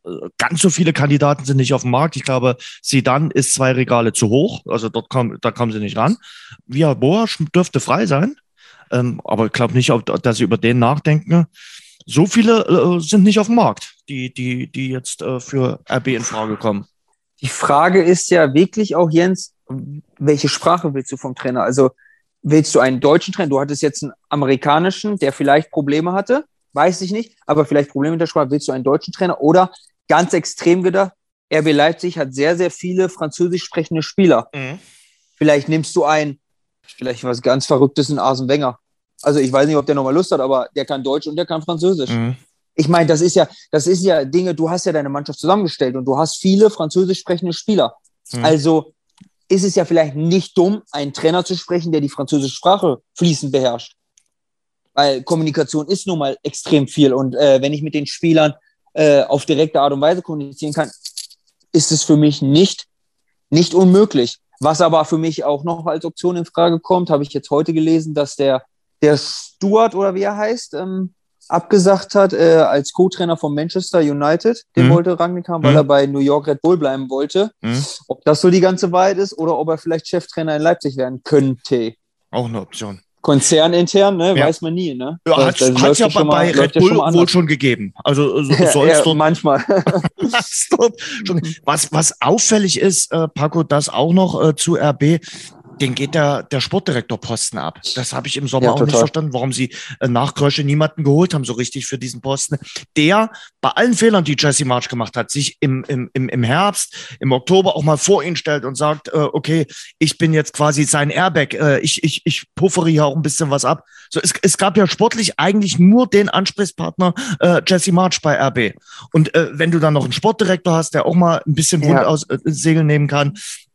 so viele Kandidaten sind nicht auf dem Markt. Ich glaube, Zidane ist 2 Regale zu hoch. Also da kommen sie nicht ran. Villas-Boas dürfte frei sein. Aber ich glaube nicht, dass sie über den nachdenken. So viele sind nicht auf dem Markt, die jetzt für RB in Frage kommen. Die Frage ist ja wirklich auch, Jens, welche Sprache willst du vom Trainer? Also willst du einen deutschen Trainer? Du hattest jetzt einen amerikanischen, der vielleicht Probleme hatte. Weiß ich nicht, aber vielleicht Probleme mit der Sprache. Willst du einen deutschen Trainer? Oder ganz extrem gedacht, RB Leipzig hat sehr, sehr viele französisch sprechende Spieler. Vielleicht nimmst du vielleicht was ganz Verrücktes in Arsene Wenger. Also ich weiß nicht, ob der nochmal Lust hat, aber der kann Deutsch und der kann Französisch. Ich meine, das ist ja Dinge, du hast ja deine Mannschaft zusammengestellt und du hast viele französisch sprechende Spieler. Also ist es ja vielleicht nicht dumm, einen Trainer zu sprechen, der die französische Sprache fließend beherrscht. Weil Kommunikation ist nun mal extrem viel und wenn ich mit den Spielern auf direkte Art und Weise kommunizieren kann, ist es für mich nicht unmöglich. Was aber für mich auch noch als Option in Frage kommt, habe ich jetzt heute gelesen, dass der Stuart oder wie er heißt, abgesagt hat als Co-Trainer von Manchester United. Den wollte Rangnick haben, weil er bei New York Red Bull bleiben wollte. Ob das so die ganze Wahrheit ist oder ob er vielleicht Cheftrainer in Leipzig werden könnte. Auch eine Option. Konzernintern, ne, weiß man nie, ne? Ja, hat es ja bei Red Bull wohl schon gegeben. Also soll's dort manchmal. Was auffällig ist, Paco, das auch noch zu RB, den geht der Sportdirektorposten ab. Das habe ich im Sommer auch nicht verstanden, warum sie nach Krösche niemanden geholt haben, so richtig für diesen Posten. Der bei allen Fehlern, die Jesse Marsch gemacht hat, sich im Herbst, im Oktober auch mal vor ihn stellt und sagt, okay, ich bin jetzt quasi sein Airbag, ich puffere hier auch ein bisschen was ab. So, es gab ja sportlich eigentlich nur den Ansprechpartner Jesse Marsch bei RB. Und wenn du dann noch einen Sportdirektor hast, der auch mal ein bisschen Wind aus Segeln nehmen kann,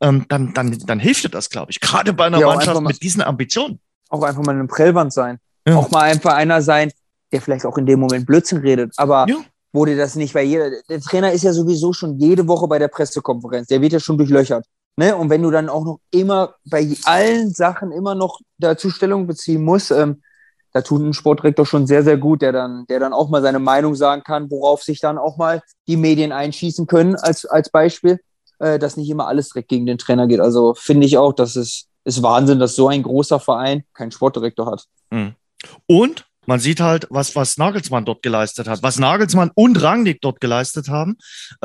dann hilft dir das, glaube ich. Gerade bei einer Mannschaft mit diesen Ambitionen. Auch einfach mal ein Prellband sein. Ja. Auch mal einfach einer sein, der vielleicht auch in dem Moment Blödsinn redet. Aber wo dir das nicht, weil der Trainer ist ja sowieso schon jede Woche bei der Pressekonferenz. Der wird ja schon durchlöchert. Ne? Und wenn du dann auch noch immer bei allen Sachen immer noch dazu Stellung beziehen musst, da tut ein Sportdirektor schon sehr, sehr gut, der dann auch mal seine Meinung sagen kann, worauf sich dann auch mal die Medien einschießen können als Beispiel. Dass nicht immer alles direkt gegen den Trainer geht. Also finde ich auch, dass es ist Wahnsinn, dass so ein großer Verein keinen Sportdirektor hat. Und man sieht halt, was Nagelsmann dort geleistet hat, was Nagelsmann und Rangnick dort geleistet haben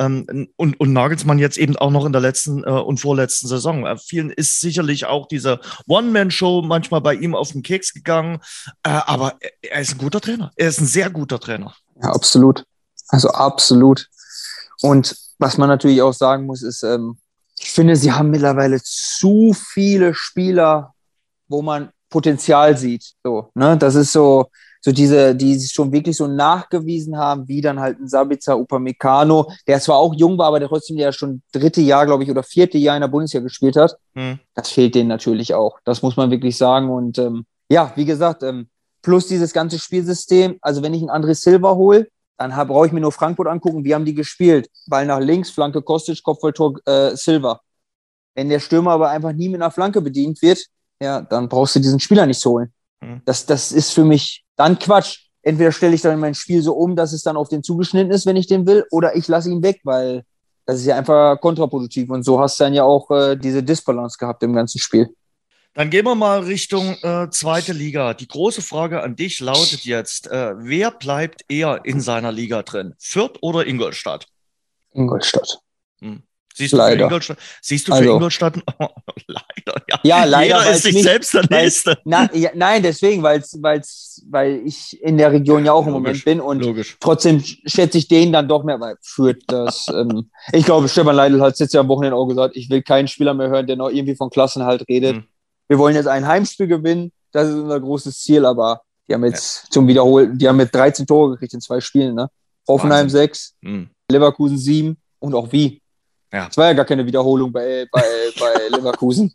und Nagelsmann jetzt eben auch noch in der letzten und vorletzten Saison. Vielen ist sicherlich auch diese One-Man-Show manchmal bei ihm auf den Keks gegangen, aber er ist ein guter Trainer. Er ist ein sehr guter Trainer. Ja, absolut. Also absolut. Und was man natürlich auch sagen muss, ist, ich finde, sie haben mittlerweile zu viele Spieler, wo man Potenzial sieht. So, ne? Das ist so diese, die schon wirklich so nachgewiesen haben, wie dann halt ein Sabitzer Upamecano, der zwar auch jung war, aber der trotzdem ja schon 3. Jahr, glaube ich, oder 4. Jahr in der Bundesliga gespielt hat. Das fehlt denen natürlich auch. Das muss man wirklich sagen. Und wie gesagt, plus dieses ganze Spielsystem, also wenn ich einen André Silva hole, dann brauche ich mir nur Frankfurt angucken, wie haben die gespielt. Ball nach links, Flanke Kostic, Kopfballtor Silva. Wenn der Stürmer aber einfach nie mit einer Flanke bedient wird, ja, dann brauchst du diesen Spieler nicht zu holen. Mhm. Das ist für mich dann Quatsch. Entweder stelle ich dann mein Spiel so um, dass es dann auf den zugeschnitten ist, wenn ich den will, oder ich lasse ihn weg, weil das ist ja einfach kontraproduktiv. Und so hast du dann ja auch diese Disbalance gehabt im ganzen Spiel. Dann gehen wir mal Richtung zweite Liga. Die große Frage an dich lautet jetzt, wer bleibt eher in seiner Liga drin? Fürth oder Ingolstadt? Ingolstadt. Hm. Siehst Leider. du für Ingolstadt? Oh, leider, ja. Ja, leider. Jeder ist sich selbst der Nächste. Nein, deswegen, weil ich in der Region ja auch im Moment bin und trotzdem schätze ich den dann doch mehr, weil Fürth das, ich glaube, Stefan Leitl hat es jetzt ja am Wochenende auch gesagt, ich will keinen Spieler mehr hören, der noch irgendwie von Klassenhalt redet. Hm. Wir wollen jetzt ein Heimspiel gewinnen, das ist unser großes Ziel, aber die haben jetzt zum Wiederholen, die haben mit 13 Tore gekriegt in 2 Spielen, ne? Hoffenheim 6, Leverkusen 7 und auch wie. Ja. Es war ja gar keine Wiederholung bei Leverkusen.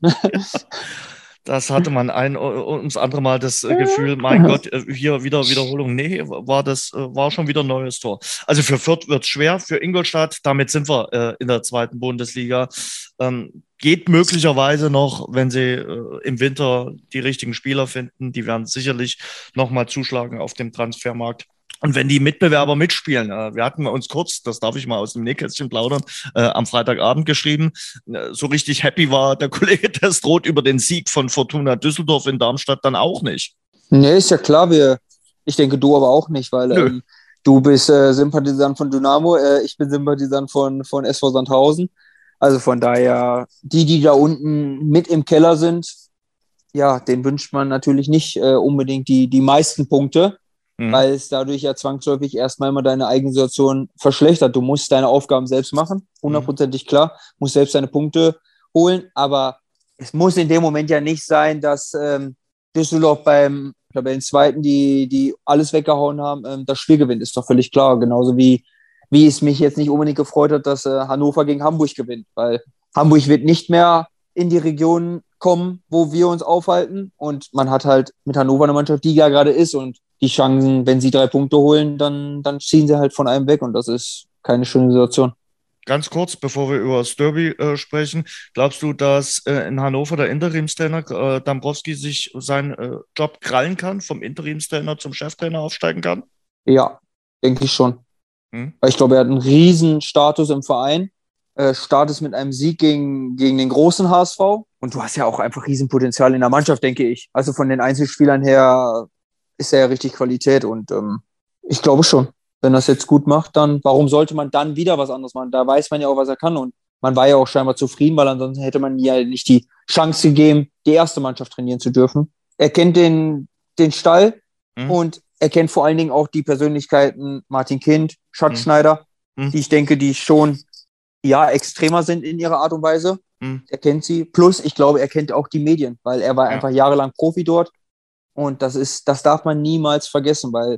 Das hatte man das andere Mal das Gefühl, mein Gott, hier wieder Wiederholung. Nee, war schon wieder ein neues Tor. Also für Fürth wird es schwer, für Ingolstadt, damit sind wir in der zweiten Bundesliga. Geht möglicherweise noch, wenn sie im Winter die richtigen Spieler finden. Die werden sicherlich nochmal zuschlagen auf dem Transfermarkt. Und wenn die Mitbewerber mitspielen, wir hatten uns kurz, das darf ich mal aus dem Nähkästchen plaudern, am Freitagabend geschrieben, so richtig happy war der Kollege Testroth über den Sieg von Fortuna Düsseldorf in Darmstadt dann auch nicht. Nee, ist ja klar, ich denke, du aber auch nicht, weil du bist Sympathisant von Dynamo, ich bin Sympathisant von SV Sandhausen. Also von daher, die da unten mit im Keller sind, ja, denen wünscht man natürlich nicht unbedingt die meisten Punkte. Weil es dadurch ja zwangsläufig erstmal immer deine eigene Situation verschlechtert. Du musst deine Aufgaben selbst machen, 100%ig klar, musst selbst deine Punkte holen, aber es muss in dem Moment ja nicht sein, dass Düsseldorf beim Tabellenzweiten, die alles weggehauen haben, das Spiel gewinnt, ist doch völlig klar. Genauso wie es mich jetzt nicht unbedingt gefreut hat, dass Hannover gegen Hamburg gewinnt, weil Hamburg wird nicht mehr in die Region kommen, wo wir uns aufhalten, und man hat halt mit Hannover eine Mannschaft, die ja gerade ist, und die Chancen, wenn sie 3 Punkte holen, dann ziehen sie halt von einem weg, und das ist keine schöne Situation. Ganz kurz, bevor wir über das Derby sprechen, glaubst du, dass in Hannover der Interimstrainer Dambrowski sich seinen Job krallen kann, vom Interimstrainer zum Cheftrainer aufsteigen kann? Ja, denke ich schon. Weil ich glaube, er hat einen riesen Status im Verein, startest mit einem Sieg gegen den großen HSV, und du hast ja auch einfach Riesenpotenzial in der Mannschaft, denke ich. Also von den Einzelspielern her ist er ja richtig Qualität, und ich glaube schon, wenn er es jetzt gut macht, dann warum sollte man dann wieder was anderes machen? Da weiß man ja auch, was er kann, und man war ja auch scheinbar zufrieden, weil ansonsten hätte man ja nicht die Chance gegeben, die erste Mannschaft trainieren zu dürfen. Er kennt den Stall und er kennt vor allen Dingen auch die Persönlichkeiten Martin Kind, Schatzschneider, die ich denke, die schon extremer sind in ihrer Art und Weise. Er kennt sie. Plus, ich glaube, er kennt auch die Medien, weil er war einfach jahrelang Profi dort. Und das darf man niemals vergessen, weil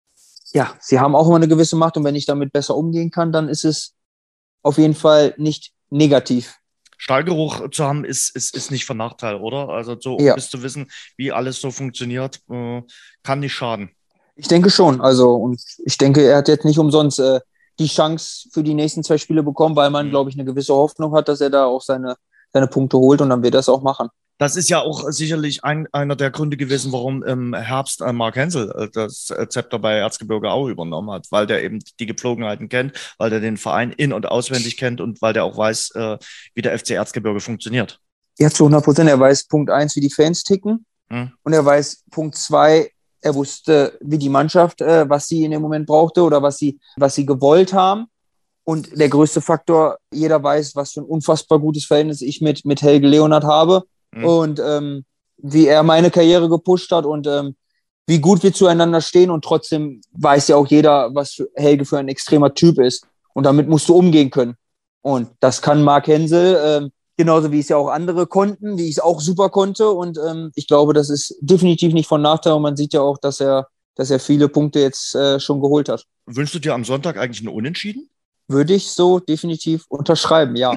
sie haben auch immer eine gewisse Macht, und wenn ich damit besser umgehen kann, dann ist es auf jeden Fall nicht negativ. Stallgeruch zu haben ist nicht von Nachteil, oder? Also bis zu wissen, wie alles so funktioniert, kann nicht schaden. Ich denke schon. Also, und ich denke, er hat jetzt nicht umsonst die Chance für die nächsten 2 Spiele bekommen, weil man, glaube ich, eine gewisse Hoffnung hat, dass er da auch seine Punkte holt, und dann wird er es auch machen. Das ist ja auch sicherlich einer der Gründe gewesen, warum im Herbst Mark Hensel das Zepter bei Erzgebirge Aue übernommen hat, weil der eben die Gepflogenheiten kennt, weil der den Verein in- und auswendig kennt und weil der auch weiß, wie der FC Erzgebirge funktioniert. Ja, zu 100%. Er weiß Punkt 1, wie die Fans ticken, und er weiß Punkt 2, er wusste, wie die Mannschaft, was sie in dem Moment brauchte oder was sie gewollt haben. Und der größte Faktor, jeder weiß, was für ein unfassbar gutes Verhältnis ich mit Helge Leonhard habe. Und wie er meine Karriere gepusht hat und wie gut wir zueinander stehen, und trotzdem weiß ja auch jeder, was Helge für ein extremer Typ ist, und damit musst du umgehen können, und das kann Mark Hensel, genauso wie es ja auch andere konnten, wie ich es auch super konnte, und ich glaube, das ist definitiv nicht von Nachteil, und man sieht ja auch, dass er viele Punkte jetzt schon geholt hat. Wünschst du dir am Sonntag eigentlich ein Unentschieden? Würde ich so definitiv unterschreiben, ja.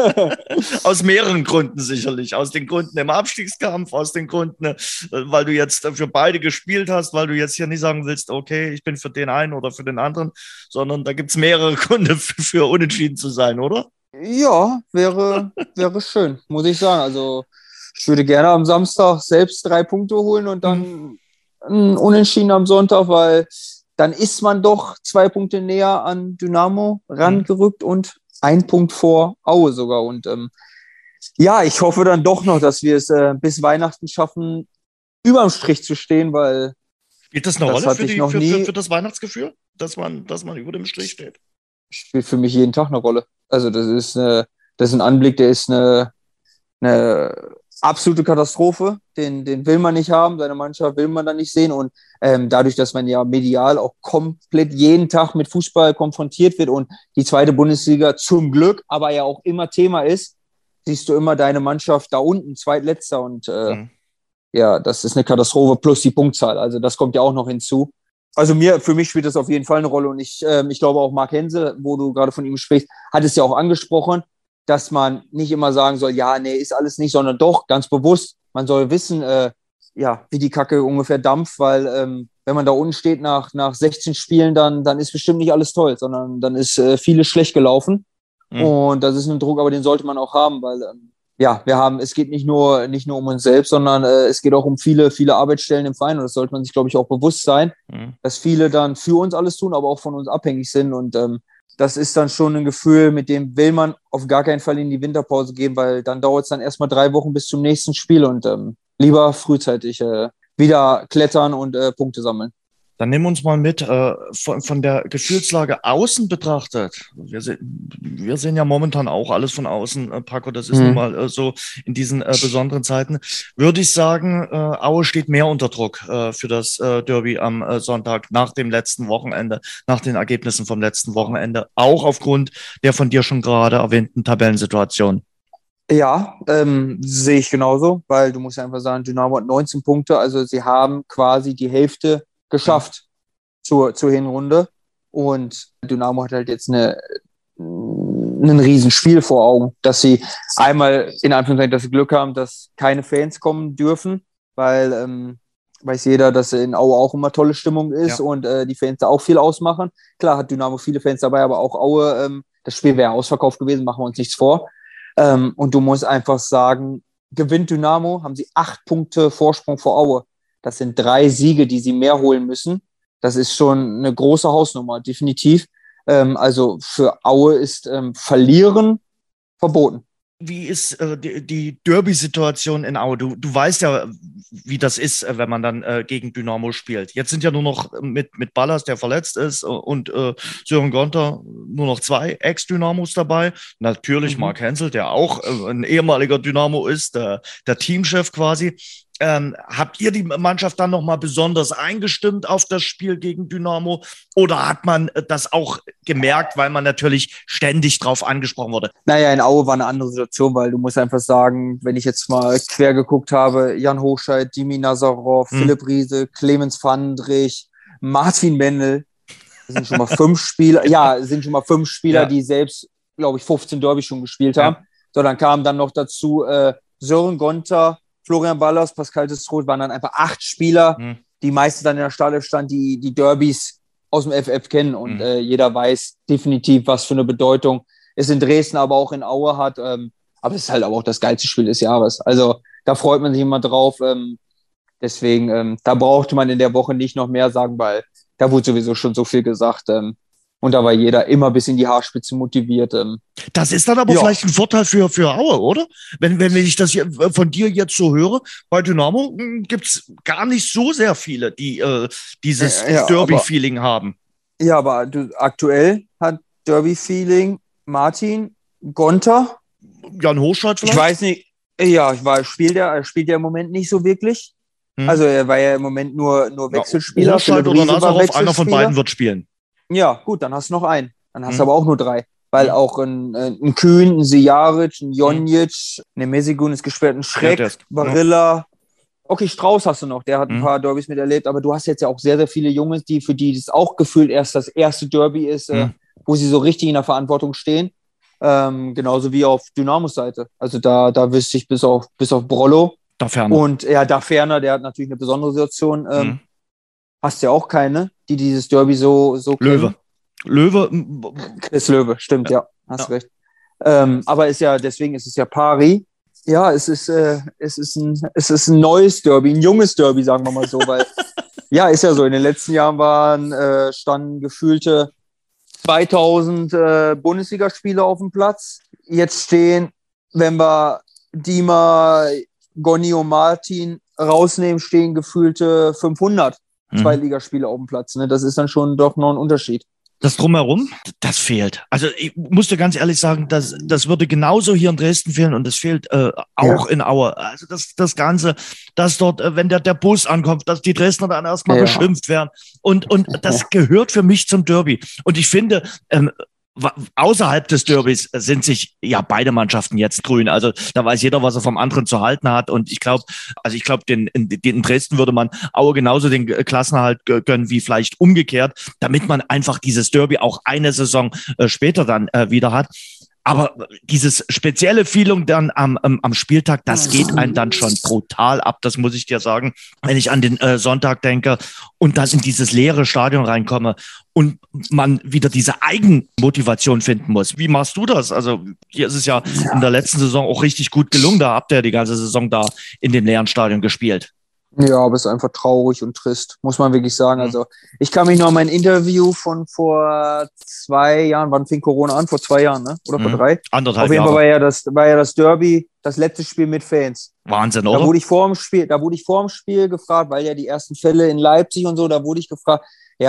Aus mehreren Gründen sicherlich. Aus den Gründen im Abstiegskampf, aus den Gründen, weil du jetzt für beide gespielt hast, weil du jetzt hier nicht sagen willst, okay, ich bin für den einen oder für den anderen, sondern da gibt es mehrere Gründe für Unentschieden zu sein, oder? Ja, wäre schön, muss ich sagen. Also Ich würde gerne am Samstag selbst 3 Punkte holen und dann ein Unentschieden am Sonntag, weil dann ist man doch 2 Punkte näher an Dynamo rangerückt und 1 Punkt vor Aue sogar. Und ja, ich hoffe dann doch noch, dass wir es bis Weihnachten schaffen, überm Strich zu stehen, weil spielt das eine Rolle für das Weihnachtsgefühl, dass man über dem Strich steht? Spielt für mich jeden Tag eine Rolle. Also das ist ein Anblick, der ist eine absolute Katastrophe. Den will man nicht haben, seine Mannschaft will man dann nicht sehen. Und dadurch, dass man ja medial auch komplett jeden Tag mit Fußball konfrontiert wird und die zweite Bundesliga zum Glück aber ja auch immer Thema ist, siehst du immer deine Mannschaft da unten, zweitletzter. Und ja, das ist eine Katastrophe plus die Punktzahl. Also das kommt ja auch noch hinzu. Also für mich spielt das auf jeden Fall eine Rolle. Und ich glaube auch Marc Hensel, wo du gerade von ihm sprichst, hat es ja auch angesprochen, dass man nicht immer sagen soll, ja, nee, ist alles nicht, sondern doch ganz bewusst. Man soll wissen, wie die Kacke ungefähr dampft, weil wenn man da unten steht nach 16 Spielen, dann ist bestimmt nicht alles toll, sondern dann ist vieles schlecht gelaufen. Und das ist ein Druck, aber den sollte man auch haben, weil es geht nicht nur um uns selbst, sondern es geht auch um viele, viele Arbeitsstellen im Verein und das sollte man sich, glaube ich, auch bewusst sein, dass viele dann für uns alles tun, aber auch von uns abhängig sind und das ist dann schon ein Gefühl, mit dem will man auf gar keinen Fall in die Winterpause gehen, weil dann dauert es dann erstmal 3 Wochen bis zum nächsten Spiel und lieber frühzeitig wieder klettern und Punkte sammeln. Dann nimm uns mal mit von der Gefühlslage außen betrachtet. Wir sehen ja momentan auch alles von außen, Paco, das ist nun mal so in diesen besonderen Zeiten. Würde ich sagen, Aue steht mehr unter Druck für das Derby am Sonntag nach dem letzten Wochenende, nach den Ergebnissen vom letzten Wochenende, auch aufgrund der von dir schon gerade erwähnten Tabellensituation. Ja, sehe ich genauso, weil du musst ja einfach sagen, Dynamo hat 19 Punkte, also sie haben quasi die Hälfte geschafft zur Hinrunde und Dynamo hat halt jetzt ein Riesenspiel vor Augen, dass sie einmal in Anführungszeichen das Glück haben, dass keine Fans kommen dürfen, weil weiß jeder, dass in Aue auch immer tolle Stimmung ist und die Fans da auch viel ausmachen. Klar hat Dynamo viele Fans dabei, aber auch Aue, das Spiel wäre ausverkauft gewesen, machen wir uns nichts vor. Und du musst einfach sagen, gewinnt Dynamo, haben sie 8 Punkte Vorsprung vor Aue. Das sind 3 Siege, die sie mehr holen müssen. Das ist schon eine große Hausnummer, definitiv. Also für Aue ist Verlieren verboten. Wie ist die Derby-Situation in Aue? Du weißt ja, wie das ist, wenn man dann gegen Dynamo spielt. Jetzt sind ja nur noch mit Ballas, der verletzt ist, und Sören Gonter nur noch 2 Ex-Dynamos dabei. Natürlich Marc Hensel, der auch ein ehemaliger Dynamo ist, der Teamchef quasi. Habt ihr die Mannschaft dann nochmal besonders eingestimmt auf das Spiel gegen Dynamo oder hat man das auch gemerkt, weil man natürlich ständig drauf angesprochen wurde? Naja, in Aue war eine andere Situation, weil du musst einfach sagen, wenn ich jetzt mal quer geguckt habe, Jan Hochscheid, Dimi Nazarov, Philipp Riese, Clemens Fandrich, Martin Mendel, das sind schon mal 5 Spieler, die selbst, glaube ich, 15 Derby schon gespielt haben. So, dann kamen dann noch dazu Sören Gonter, Florian Ballas, Pascal Destroth, waren dann einfach 8 Spieler, die meistens dann in der Startelf standen, die Derbys aus dem FF kennen und jeder weiß definitiv, was für eine Bedeutung es in Dresden, aber auch in Aue hat. Aber es ist halt auch das geilste Spiel des Jahres. Also da freut man sich immer drauf. Deswegen, da brauchte man in der Woche nicht noch mehr sagen, weil da wurde sowieso schon so viel gesagt. Und da war jeder immer bis in die Haarspitze motiviert. Das ist dann aber vielleicht ein Vorteil für Aue, oder? Wenn ich das hier von dir jetzt so höre, bei Dynamo gibt es gar nicht so sehr viele, die dieses Derby-Feeling haben. Ja, aber aktuell hat Derby-Feeling Martin Gonter. Jan Hochscheid vielleicht? Ich weiß nicht. Ja, spielt er im Moment nicht so wirklich. Also er war ja im Moment nur Wechselspieler. Hochscheid oder Nazarov, einer von beiden wird spielen. Ja, gut, dann hast du noch einen. Dann hast du aber auch nur 3. Weil auch ein Kühn, ein Sijaric, ein Jonjic, ein Mesigun ist gesperrt, ein Schreck, Barilla. Okay, Strauß hast du noch, der hat ein paar Derbys miterlebt, aber du hast jetzt ja auch sehr, sehr viele Junge, für die das auch gefühlt erst das erste Derby ist, wo sie so richtig in der Verantwortung stehen. Genauso wie auf Dynamos Seite. Also da wüsste ich bis auf Brollo. Da Ferner. Und da Ferner, der hat natürlich eine besondere Situation. Hast ja auch keine, die dieses Derby so Löwe. Chris Löwe, stimmt, ja. Hast recht. Aber deswegen ist es ja pari. Ja, es ist ein neues Derby, ein junges Derby, sagen wir mal so, weil ja, ist ja so. In den letzten Jahren standen gefühlte 2000 Bundesligaspieler auf dem Platz. Jetzt stehen, wenn wir Dima, Goni und Martin rausnehmen, stehen gefühlte 500 Zweitligaspieler auf dem Platz. Ne? Das ist dann schon doch noch ein Unterschied. Das Drumherum, das fehlt. Also ich muss dir ganz ehrlich sagen, das würde genauso hier in Dresden fehlen und das fehlt auch in Aue. Also das Ganze, dass dort, wenn der Bus ankommt, dass die Dresdner dann erstmal beschimpft werden. Und das gehört für mich zum Derby. Und ich finde, außerhalb des Derbys sind sich ja beide Mannschaften jetzt grün. Also da weiß jeder, was er vom anderen zu halten hat. Und ich glaube, in Dresden würde man Aue genauso den Klassenerhalt gönnen wie vielleicht umgekehrt, damit man einfach dieses Derby auch eine Saison später dann wieder hat. Aber dieses spezielle Feeling dann am Spieltag, das geht einen dann schon brutal ab, das muss ich dir sagen, wenn ich an den Sonntag denke und dann in dieses leere Stadion reinkomme und man wieder diese Eigenmotivation finden muss. Wie machst du das? Also hier ist es ja in der letzten Saison auch richtig gut gelungen, da habt ihr die ganze Saison da in dem leeren Stadion gespielt. Ja, aber es ist einfach traurig und trist, muss man wirklich sagen. Also ich kann mich noch an mein Interview von vor 2 Jahren, wann fing Corona an? Vor 2 Jahren, ne? Oder vor 3? 1,5 Auf jeden Fall war ja das Derby, das letzte Spiel mit Fans. Wahnsinn, oder? Da wurde ich vor dem Spiel gefragt, weil ja die ersten Fälle in Leipzig und so, da wurde ich gefragt,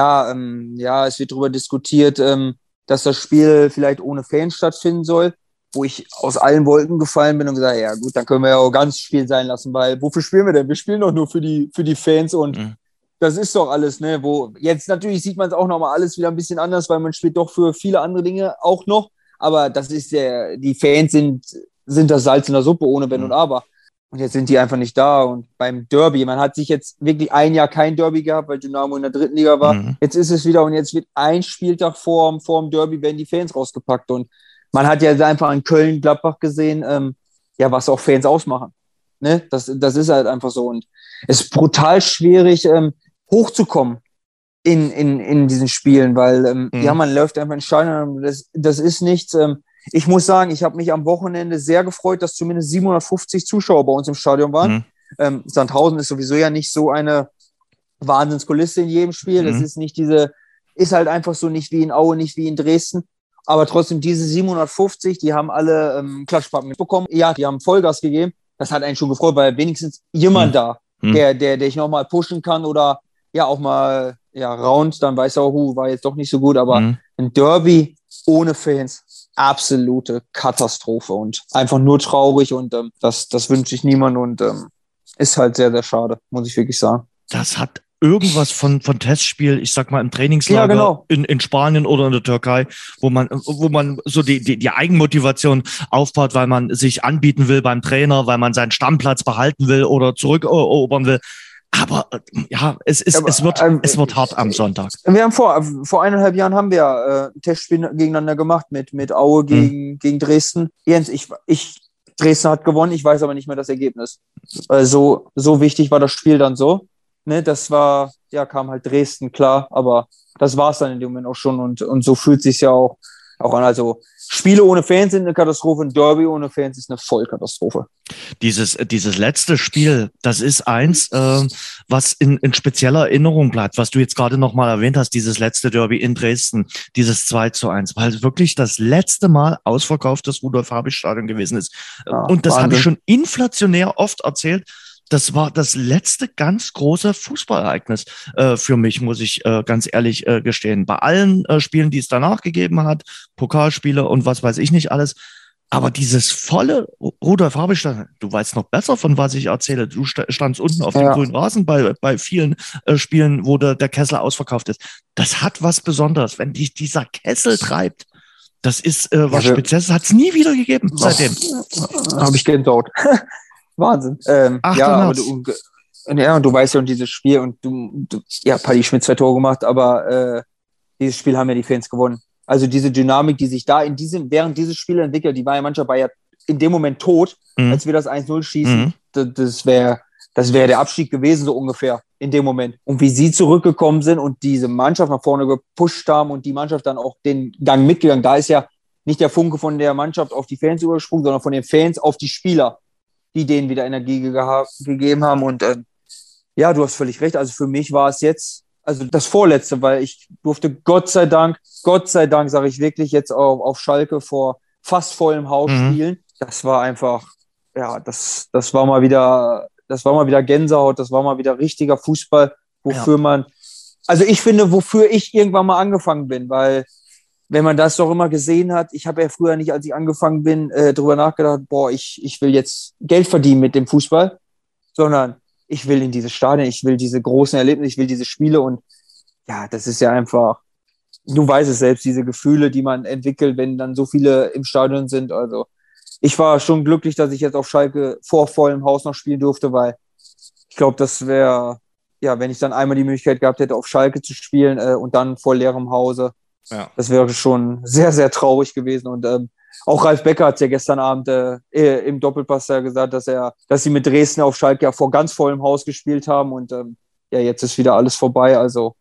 es wird darüber diskutiert, dass das Spiel vielleicht ohne Fans stattfinden soll. Wo ich aus allen Wolken gefallen bin und gesagt, ja gut, dann können wir ja auch ganz Spiel sein lassen, weil wofür spielen wir denn? Wir spielen doch nur für die Fans und das ist doch alles, ne? Wo jetzt natürlich sieht man es auch nochmal alles wieder ein bisschen anders, weil man spielt doch für viele andere Dinge auch noch, aber das ist die Fans sind das Salz in der Suppe ohne Wenn und Aber. Und jetzt sind die einfach nicht da. Und beim Derby, man hat sich jetzt wirklich 1 Jahr kein Derby gehabt, weil Dynamo in der 3. Liga war. Jetzt ist es wieder und jetzt wird ein Spieltag vor dem Derby werden die Fans rausgepackt und man hat ja einfach an Köln-Gladbach gesehen, was auch Fans ausmachen. Ne? Das ist halt einfach so. Und es ist brutal schwierig, hochzukommen in diesen Spielen, weil man läuft einfach in Stein. Das ist nichts. Ich muss sagen, ich habe mich am Wochenende sehr gefreut, dass zumindest 750 Zuschauer bei uns im Stadion waren. Sandhausen ist sowieso ja nicht so eine Wahnsinnskulisse in jedem Spiel. Das ist nicht ist halt einfach so nicht wie in Aue, nicht wie in Dresden. Aber trotzdem, diese 750, die haben alle Klatschpappen mitbekommen. Ja, die haben Vollgas gegeben. Das hat einen schon gefreut, weil wenigstens jemand da, der ich nochmal pushen kann oder ja auch mal raunt, dann weiß er auch, war jetzt doch nicht so gut. Aber ein Derby ohne Fans, absolute Katastrophe und einfach nur traurig und das wünsche ich niemandem und ist halt sehr, sehr schade, muss ich wirklich sagen. Das hat irgendwas von Testspiel, ich sag mal im Trainingslager in Spanien oder in der Türkei, wo man so die Eigenmotivation aufbaut, weil man sich anbieten will beim Trainer, weil man seinen Stammplatz behalten will oder zurückerobern will. Aber es wird hart am Sonntag. Wir haben vor 1,5 Jahren haben wir ein Testspiel gegeneinander gemacht mit Aue gegen Dresden. Jens, Dresden hat gewonnen, ich weiß aber nicht mehr das Ergebnis. So wichtig war das Spiel dann so. Ne, das war, kam halt Dresden, klar, aber das war es dann in dem Moment auch schon und so fühlt es sich ja auch an. Also Spiele ohne Fans sind eine Katastrophe, ein Derby ohne Fans ist eine Vollkatastrophe. Dieses letzte Spiel, das ist eins, was in spezieller Erinnerung bleibt, was du jetzt gerade nochmal erwähnt hast, dieses letzte Derby in Dresden, dieses 2:1, weil es wirklich das letzte Mal ausverkauftes Rudolf-Habich-Stadion gewesen ist. Und das habe ich schon inflationär oft erzählt. Das war das letzte ganz große Fußballereignis für mich, muss ich ganz ehrlich gestehen. Bei allen Spielen, die es danach gegeben hat, Pokalspiele und was weiß ich nicht alles. Aber dieses volle Rudolf-Habich-Stadion, du weißt noch besser, von was ich erzähle. Du standst unten auf dem grünen Rasen bei vielen Spielen, wo der Kessel ausverkauft ist. Das hat was Besonderes, wenn dieser Kessel treibt. Das ist was Spezielles. Hat es nie wieder gegeben seitdem. Habe ich Gänsehaut. Wahnsinn. Aber du weißt ja, und dieses Spiel und Paddy Schmidt 2 Tore gemacht, aber dieses Spiel haben ja die Fans gewonnen. Also diese Dynamik, die sich da während dieses Spiel entwickelt, die Mannschaft war ja in dem Moment tot, als wir das 1:0 schießen. Das wäre der Abstieg gewesen, so ungefähr, in dem Moment. Und wie sie zurückgekommen sind und diese Mannschaft nach vorne gepusht haben und die Mannschaft dann auch den Gang mitgegangen, da ist ja nicht der Funke von der Mannschaft auf die Fans übergesprungen, sondern von den Fans auf die Spieler. die denen wieder Energie gegeben haben. Und ja, du hast völlig recht. Also für mich war es jetzt, also das Vorletzte, weil ich durfte Gott sei Dank, sage ich wirklich, jetzt auf Schalke vor fast vollem Haus spielen. Das war einfach, ja, das war mal wieder Gänsehaut, das war mal wieder richtiger Fußball, wofür man, also ich finde, wofür ich irgendwann mal angefangen bin, weil wenn man das doch immer gesehen hat, ich habe ja früher nicht, als ich angefangen bin, drüber nachgedacht, boah, ich will jetzt Geld verdienen mit dem Fußball, sondern ich will in diese Stadien, ich will diese großen Erlebnisse, ich will diese Spiele und ja, das ist ja einfach, du weißt es selbst, diese Gefühle, die man entwickelt, wenn dann so viele im Stadion sind. Also ich war schon glücklich, dass ich jetzt auf Schalke vor vollem Haus noch spielen durfte, weil ich glaube, das wäre, ja, wenn ich dann einmal die Möglichkeit gehabt hätte, auf Schalke zu spielen und dann vor leerem Hause, das wäre schon sehr, sehr traurig gewesen. Und auch Ralf Becker hat es ja gestern Abend im Doppelpass ja gesagt, dass sie mit Dresden auf Schalke ja vor ganz vollem Haus gespielt haben und ja, jetzt ist wieder alles vorbei. Also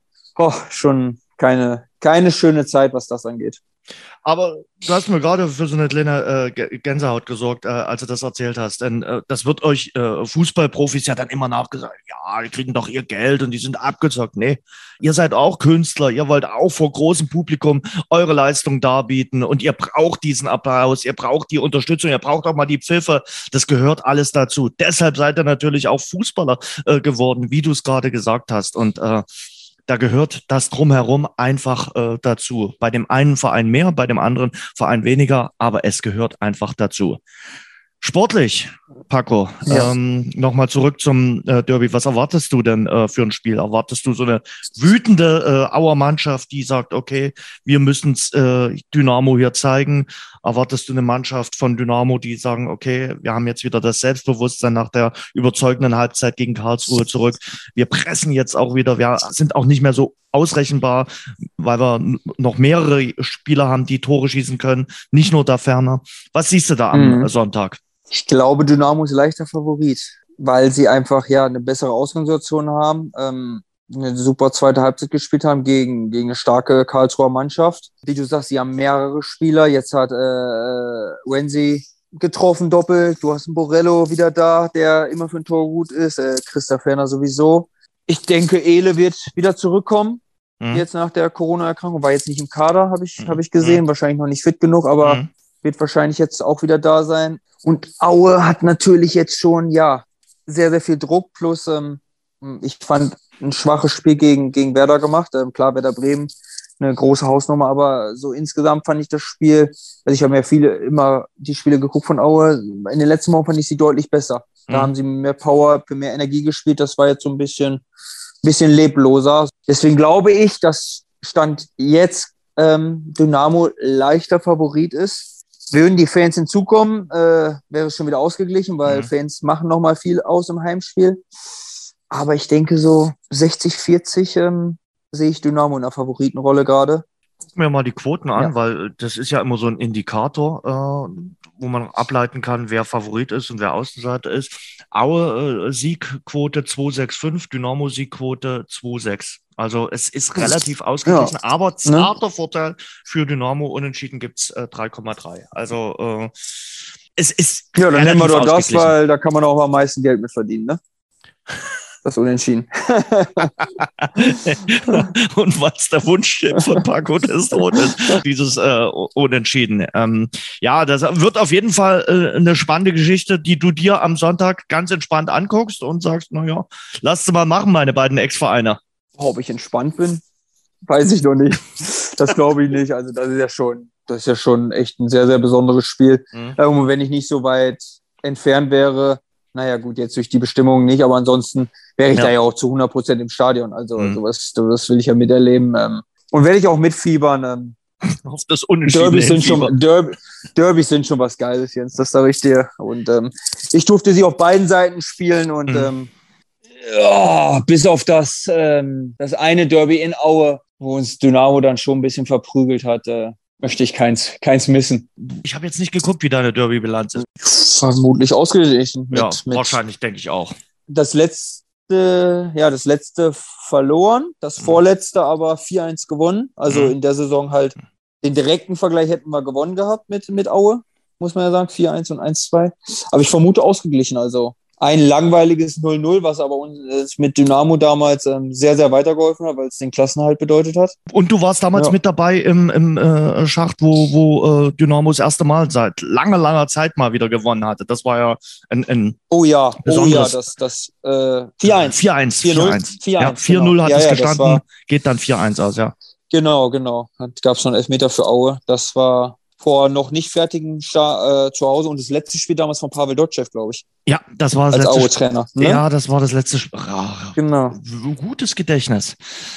schon keine schöne Zeit, was das angeht. Aber du hast mir gerade für so eine kleine Gänsehaut gesorgt, als du das erzählt hast. Denn das wird euch Fußballprofis ja dann immer nachgesagt. Ja, die kriegen doch ihr Geld und die sind abgezockt. Nee, ihr seid auch Künstler. Ihr wollt auch vor großem Publikum eure Leistung darbieten. Und ihr braucht diesen Applaus, ihr braucht die Unterstützung, ihr braucht auch mal die Pfiffe. Das gehört alles dazu. Deshalb seid ihr natürlich auch Fußballer geworden, wie du es gerade gesagt hast. Und da gehört das Drumherum einfach dazu. Bei dem einen Verein mehr, bei dem anderen Verein weniger, aber es gehört einfach dazu. Sportlich, Paco, nochmal zurück zum Derby. Was erwartest du denn für ein Spiel? Erwartest du so eine wütende Auer Mannschaft, die sagt, okay, wir müssen es Dynamo hier zeigen? Erwartest du eine Mannschaft von Dynamo, die sagen, okay, wir haben jetzt wieder das Selbstbewusstsein nach der überzeugenden Halbzeit gegen Karlsruhe zurück. Wir pressen jetzt auch wieder, wir sind auch nicht mehr so ausrechenbar, weil wir noch mehrere Spieler haben, die Tore schießen können, nicht nur da Ferner. Was siehst du da am Sonntag? Ich glaube, Dynamo ist leichter Favorit, weil sie einfach eine bessere Ausgangssituation haben, eine super zweite Halbzeit gespielt haben gegen eine starke Karlsruher Mannschaft. Wie du sagst, sie haben mehrere Spieler. Jetzt hat Wensi getroffen doppelt. Du hast einen Borello wieder da, der immer für ein Tor gut ist. Christoph Ferner sowieso. Ich denke, Ehle wird wieder zurückkommen. Jetzt nach der Corona-Erkrankung. War jetzt nicht im Kader, habe ich gesehen. Wahrscheinlich noch nicht fit genug, aber wird wahrscheinlich jetzt auch wieder da sein. Und Aue hat natürlich jetzt schon, sehr, sehr viel Druck. Plus, ich fand ein schwaches Spiel gegen Werder gemacht. Klar, Werder Bremen, eine große Hausnummer, aber so insgesamt fand ich das Spiel, also ich habe mir immer die Spiele geguckt von Aue. In den letzten Wochen fand ich sie deutlich besser. Da haben sie mehr Power, mehr Energie gespielt. Das war jetzt so ein bisschen lebloser. Deswegen glaube ich, dass Stand jetzt Dynamo leichter Favorit ist. Würden die Fans hinzukommen, wäre es schon wieder ausgeglichen, weil Fans machen nochmal viel aus im Heimspiel. Aber ich denke so 60-40 sehe ich Dynamo in der Favoritenrolle gerade. Gucken wir mal die Quoten an, weil das ist ja immer so ein Indikator, wo man ableiten kann, wer Favorit ist und wer Außenseiter ist. Aue Siegquote 2,65, Dynamo Siegquote 2,6. Also es ist relativ ausgeglichen, aber zarter Vorteil für Dynamo. Unentschieden gibt es 3,3. Also es ist dann nehmen wir doch das, weil da kann man auch am meisten Geld mit verdienen, ne? Das Unentschieden. Und was der Wunsch von Paco des Todes, dieses Unentschieden. Das wird auf jeden Fall eine spannende Geschichte, die du dir am Sonntag ganz entspannt anguckst und sagst, naja, lass sie mal machen, meine beiden Ex-Vereine. Ob ich entspannt bin, weiß ich noch nicht. Das glaube ich nicht. Also das ist ja schon echt ein sehr, sehr besonderes Spiel. Und wenn ich nicht so weit entfernt wäre, naja gut, jetzt durch die Bestimmungen nicht, aber ansonsten wäre ich da ja auch zu 100% im Stadion. Also sowas will ich ja miterleben. Und werde ich auch mitfiebern. Auf das Unentschieden. Derbys sind schon was Geiles, Jens, das sage ich dir. Und ich durfte sie auf beiden Seiten spielen und bis auf das eine Derby in Aue, wo uns Dynamo dann schon ein bisschen verprügelt hat, möchte ich keins missen. Ich habe jetzt nicht geguckt, wie deine Derby-Bilanz ist. Vermutlich ausgeglichen. Wahrscheinlich, denke ich auch. Das letzte verloren, das vorletzte aber 4-1 gewonnen. Also in der Saison halt den direkten Vergleich hätten wir gewonnen gehabt mit Aue. muss man ja sagen, 4-1 und 1-2. Aber ich vermute ausgeglichen, also ein langweiliges 0-0, was aber uns mit Dynamo damals sehr, sehr weitergeholfen hat, weil es den Klassenerhalt bedeutet hat. Und du warst damals mit dabei im Schacht, wo Dynamo das erste Mal seit langer Zeit mal wieder gewonnen hatte. Das war ja ein besonderes. Das 4-1. 4-1. 4-0. 4-1. Ja, 4-0 hat es gestanden, geht dann 4-1 aus, ja. Genau. Gab es noch einen Elfmeter für Aue. Das war vor noch nicht fertigen zu Hause und das letzte Spiel damals von Pavel Dotschew, glaube ich. Ja, das war das als letzte Aue-Trainer. Ne? Ja, das war das letzte Spiel. Genau. Gutes Gedächtnis.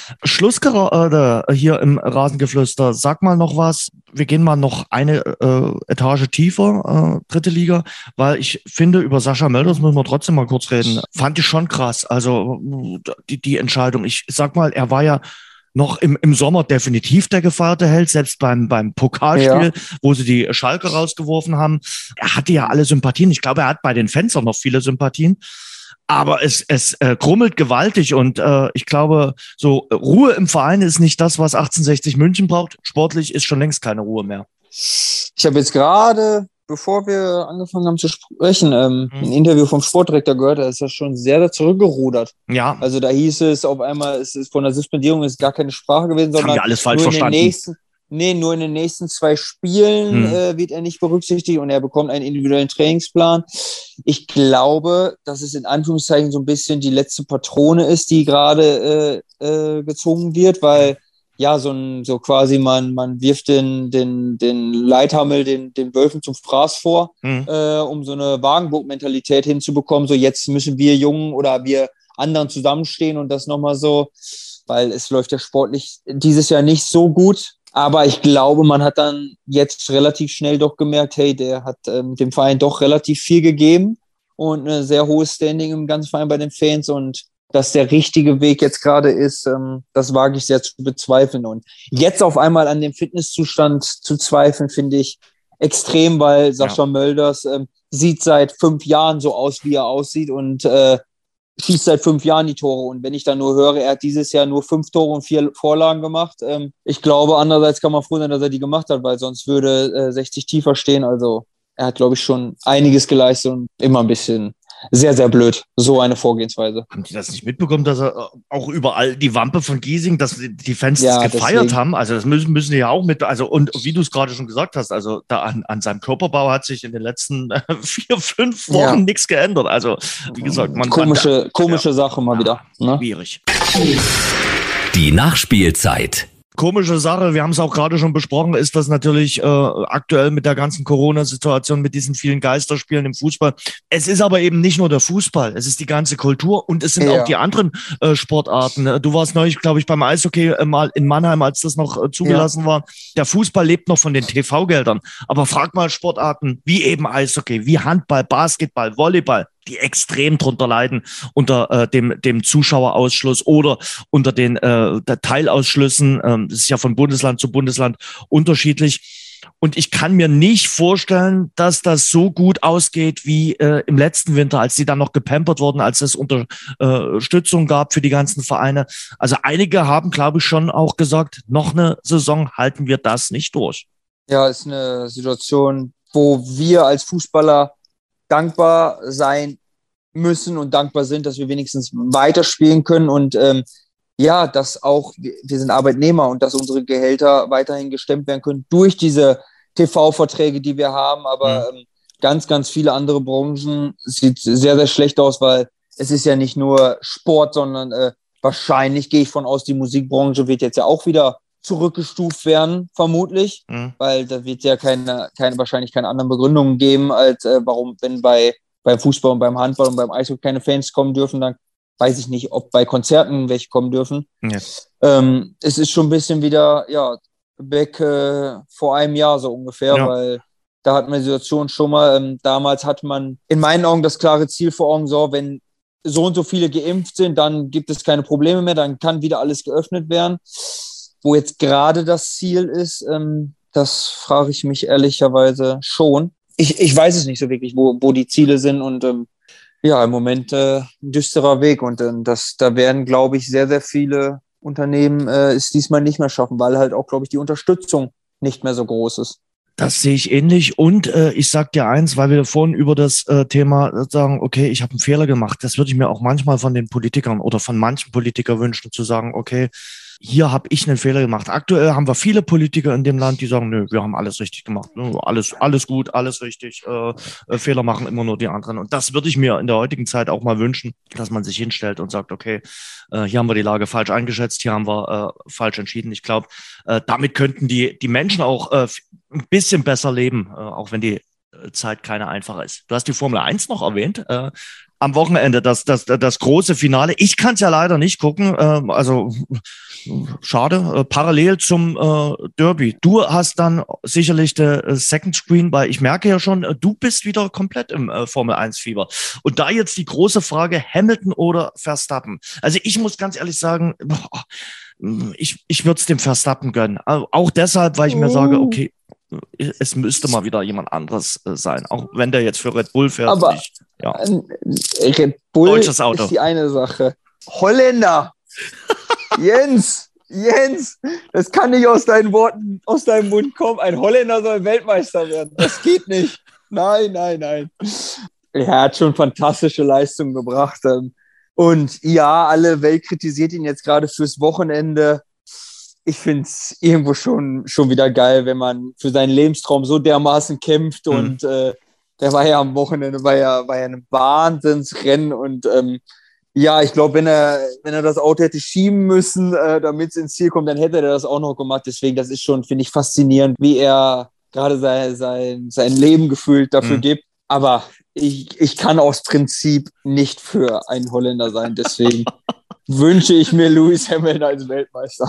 Schlussgerade hier im Rasengeflüster. Sag mal noch was. Wir gehen mal noch eine Etage tiefer, dritte Liga, weil ich finde, über Sascha Mölders müssen wir trotzdem mal kurz reden. Fand ich schon krass. Also die Entscheidung. Ich sag mal, er war ja noch im Sommer definitiv der gefeierte Held, selbst beim Pokalspiel, wo sie die Schalke rausgeworfen haben. Er hatte ja alle Sympathien. Ich glaube, er hat bei den Fans auch noch viele Sympathien. Aber es krummelt gewaltig und ich glaube, so Ruhe im Verein ist nicht das, was 1860 München braucht. Sportlich ist schon längst keine Ruhe mehr. Ich habe jetzt gerade, bevor wir angefangen haben zu sprechen, ein Interview vom Sportdirektor gehört, da ist er schon sehr zurückgerudert. Ja. Also da hieß es auf einmal, es ist von der Suspendierung ist gar keine Sprache gewesen, sondern haben wir alles falsch verstanden. Nur in den nächsten 2 Spielen wird er nicht berücksichtigt und er bekommt einen individuellen Trainingsplan. Ich glaube, dass es in Anführungszeichen so ein bisschen die letzte Patrone ist, die gerade gezogen wird, weil ja, so quasi man wirft den Leithammel, den Wölfen zum Fraß vor, um so eine Wagenburg-Mentalität hinzubekommen. So, jetzt müssen wir Jungen oder wir anderen zusammenstehen und das nochmal so, weil es läuft ja sportlich dieses Jahr nicht so gut. Aber ich glaube, man hat dann jetzt relativ schnell doch gemerkt, hey, der hat dem Verein doch relativ viel gegeben und ein sehr hohes Standing im ganzen Verein bei den Fans und dass der richtige Weg jetzt gerade ist, das wage ich sehr zu bezweifeln. Und jetzt auf einmal an dem Fitnesszustand zu zweifeln, finde ich extrem, weil Sascha Mölders sieht seit 5 Jahren so aus, wie er aussieht und schießt seit 5 Jahren die Tore. Und wenn ich dann nur höre, er hat dieses Jahr nur 5 Tore und 4 Vorlagen gemacht, ich glaube, andererseits kann man froh sein, dass er die gemacht hat, weil sonst würde 60 tiefer stehen. Also er hat, glaube ich, schon einiges geleistet und immer ein bisschen sehr, sehr blöd, so eine Vorgehensweise. Haben die das nicht mitbekommen, dass er auch überall die Wampe von Giesing, dass die Fans das gefeiert haben? Also das müssen die ja auch mit, also und wie du es gerade schon gesagt hast, also da an seinem Körperbau hat sich in den letzten 4, 5 Wochen nichts geändert. Also wie gesagt, komische Sache mal wieder. Ne? Schwierig. Die Nachspielzeit. Komische Sache, wir haben es auch gerade schon besprochen, ist das natürlich aktuell mit der ganzen Corona-Situation, mit diesen vielen Geisterspielen im Fußball. Es ist aber eben nicht nur der Fußball, es ist die ganze Kultur und es sind auch die anderen Sportarten. Du warst neulich, glaube ich, beim Eishockey mal in Mannheim, als das noch zugelassen war. Der Fußball lebt noch von den TV-Geldern. Aber frag mal Sportarten wie eben Eishockey, wie Handball, Basketball, Volleyball, die extrem drunter leiden unter dem Zuschauerausschluss oder unter den Teilausschlüssen. Das ist ja von Bundesland zu Bundesland unterschiedlich. Und ich kann mir nicht vorstellen, dass das so gut ausgeht wie im letzten Winter, als die dann noch gepampert wurden, als es Unterstützung gab für die ganzen Vereine. Also einige haben, glaube ich, schon auch gesagt, noch eine Saison halten wir das nicht durch. Ja, ist eine Situation, wo wir als Fußballer dankbar sein müssen und dankbar sind, dass wir wenigstens weiterspielen können und dass auch, wir sind Arbeitnehmer und dass unsere Gehälter weiterhin gestemmt werden können durch diese TV-Verträge, die wir haben, aber ganz, ganz viele andere Branchen sieht sehr, sehr schlecht aus, weil es ist ja nicht nur Sport, sondern wahrscheinlich gehe ich von aus, die Musikbranche wird jetzt ja auch wieder zurückgestuft werden, vermutlich, weil da wird ja wahrscheinlich keine anderen Begründungen geben, als warum, wenn beim Fußball und beim Handball und beim Eishockey keine Fans kommen dürfen, dann weiß ich nicht, ob bei Konzerten welche kommen dürfen. Ja. Es ist schon ein bisschen wieder, weg vor einem Jahr so ungefähr, weil da hat man die Situation schon mal, damals hat man in meinen Augen das klare Ziel vor Augen, so, wenn so und so viele geimpft sind, dann gibt es keine Probleme mehr, dann kann wieder alles geöffnet werden. Wo jetzt gerade das Ziel ist, das frage ich mich ehrlicherweise schon. Ich weiß es nicht so wirklich, wo die Ziele sind und im Moment ein düsterer Weg und da werden, glaube ich, sehr, sehr viele Unternehmen es diesmal nicht mehr schaffen, weil halt auch, glaube ich, die Unterstützung nicht mehr so groß ist. Das sehe ich ähnlich. Und ich sag dir eins, weil wir vorhin über das Thema sagen, okay, ich habe einen Fehler gemacht. Das würde ich mir auch manchmal von den Politikern oder von manchen Politikern wünschen, zu sagen, okay, hier habe ich einen Fehler gemacht. Aktuell haben wir viele Politiker in dem Land, die sagen, nö, wir haben alles richtig gemacht. Alles gut, alles richtig. Fehler machen immer nur die anderen. Und das würde ich mir in der heutigen Zeit auch mal wünschen, dass man sich hinstellt und sagt, okay, hier haben wir die Lage falsch eingeschätzt, hier haben wir falsch entschieden. Ich glaube, damit könnten die Menschen auch ein bisschen besser leben, auch wenn die Zeit keine einfache ist. Du hast die Formel 1 noch erwähnt. Am Wochenende das große Finale. Ich kann es ja leider nicht gucken, also schade, parallel zum Derby. Du hast dann sicherlich Second Screen, weil ich merke ja schon, du bist wieder komplett im Formel-1-Fieber. Und da jetzt die große Frage, Hamilton oder Verstappen? Also ich muss ganz ehrlich sagen, ich würde es dem Verstappen gönnen. Auch deshalb, weil ich mir sage, okay, es müsste mal wieder jemand anderes sein, auch wenn der jetzt für Red Bull fährt. Aber Red Bull deutsches Auto. Ist die eine Sache. Holländer! Jens, das kann nicht aus deinen Worten, aus deinem Mund kommen. Ein Holländer soll Weltmeister werden. Das geht nicht. Nein. Er hat schon fantastische Leistungen gebracht. Und ja, alle Welt kritisiert ihn jetzt gerade fürs Wochenende. Ich finde es irgendwo schon wieder geil, wenn man für seinen Lebenstraum so dermaßen kämpft. Und der war ja am Wochenende, war ja ein Wahnsinnsrennen. Und ich glaube, wenn er das Auto hätte schieben müssen, damit es ins Ziel kommt, dann hätte er das auch noch gemacht. Deswegen, das ist schon, finde ich, faszinierend, wie er gerade sein Leben gefühlt dafür gibt. Aber ich kann aus Prinzip nicht für einen Holländer sein. Deswegen wünsche ich mir Lewis Hamilton als Weltmeister.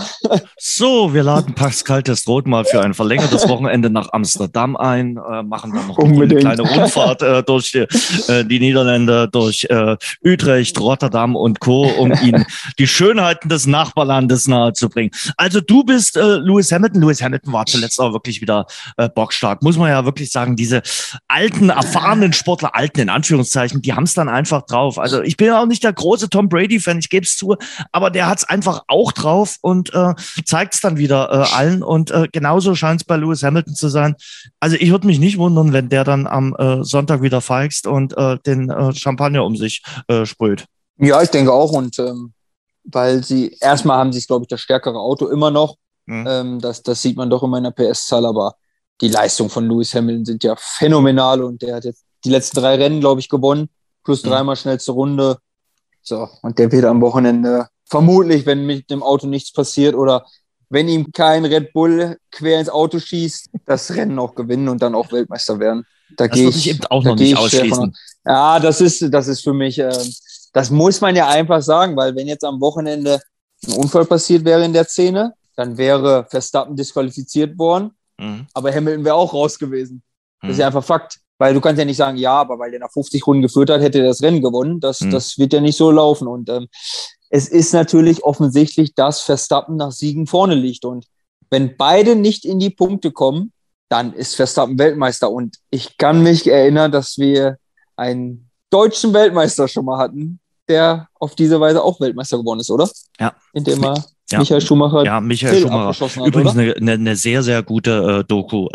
So, wir laden Pascal Testroth mal für ein verlängertes Wochenende nach Amsterdam ein, machen dann noch eine kleine Rundfahrt durch die Niederlande, durch Utrecht, Rotterdam und Co., um ihnen die Schönheiten des Nachbarlandes nahezubringen. Also du bist Lewis Hamilton. Lewis Hamilton war zuletzt auch wirklich wieder bockstark. Muss man ja wirklich sagen, diese alten, erfahrenen Sportler, alten in Anführungszeichen, die haben es dann einfach drauf. Also ich bin ja auch nicht der große Tom Brady-Fan, ich gebe es zu, aber der hat es einfach auch drauf und zeigt es dann wieder allen. Und genauso scheint es bei Lewis Hamilton zu sein. Also ich würde mich nicht wundern, wenn der dann am Sonntag wieder feixt und den Champagner um sich sprüht. Ja, ich denke auch. Und weil erstmal haben sie, glaube ich, das stärkere Auto immer noch. Das sieht man doch in meiner PS-Zahl, aber die Leistungen von Lewis Hamilton sind ja phänomenal und der hat jetzt die letzten 3 Rennen, glaube ich, gewonnen, plus 3-mal schnellste Runde. So, und der wird am Wochenende vermutlich, wenn mit dem Auto nichts passiert oder wenn ihm kein Red Bull quer ins Auto schießt, das Rennen auch gewinnen und dann auch Weltmeister werden. Das würde ich eben auch noch nicht ausschließen. Ja, das ist für mich, das muss man ja einfach sagen, weil wenn jetzt am Wochenende ein Unfall passiert wäre in der Szene, dann wäre Verstappen disqualifiziert worden, aber Hamilton wäre auch raus gewesen. Das ist ja einfach Fakt. Weil du kannst ja nicht sagen, ja, aber weil der nach 50 Runden geführt hat, hätte er das Rennen gewonnen. Das wird ja nicht so laufen. Und es ist natürlich offensichtlich, dass Verstappen nach Siegen vorne liegt. Und wenn beide nicht in die Punkte kommen, dann ist Verstappen Weltmeister. Und ich kann mich erinnern, dass wir einen deutschen Weltmeister schon mal hatten, der auf diese Weise auch Weltmeister geworden ist, oder? Ja. Indem er Michael Schumacher. Ja, Michael Schumacher. Übrigens eine sehr, sehr gute Doku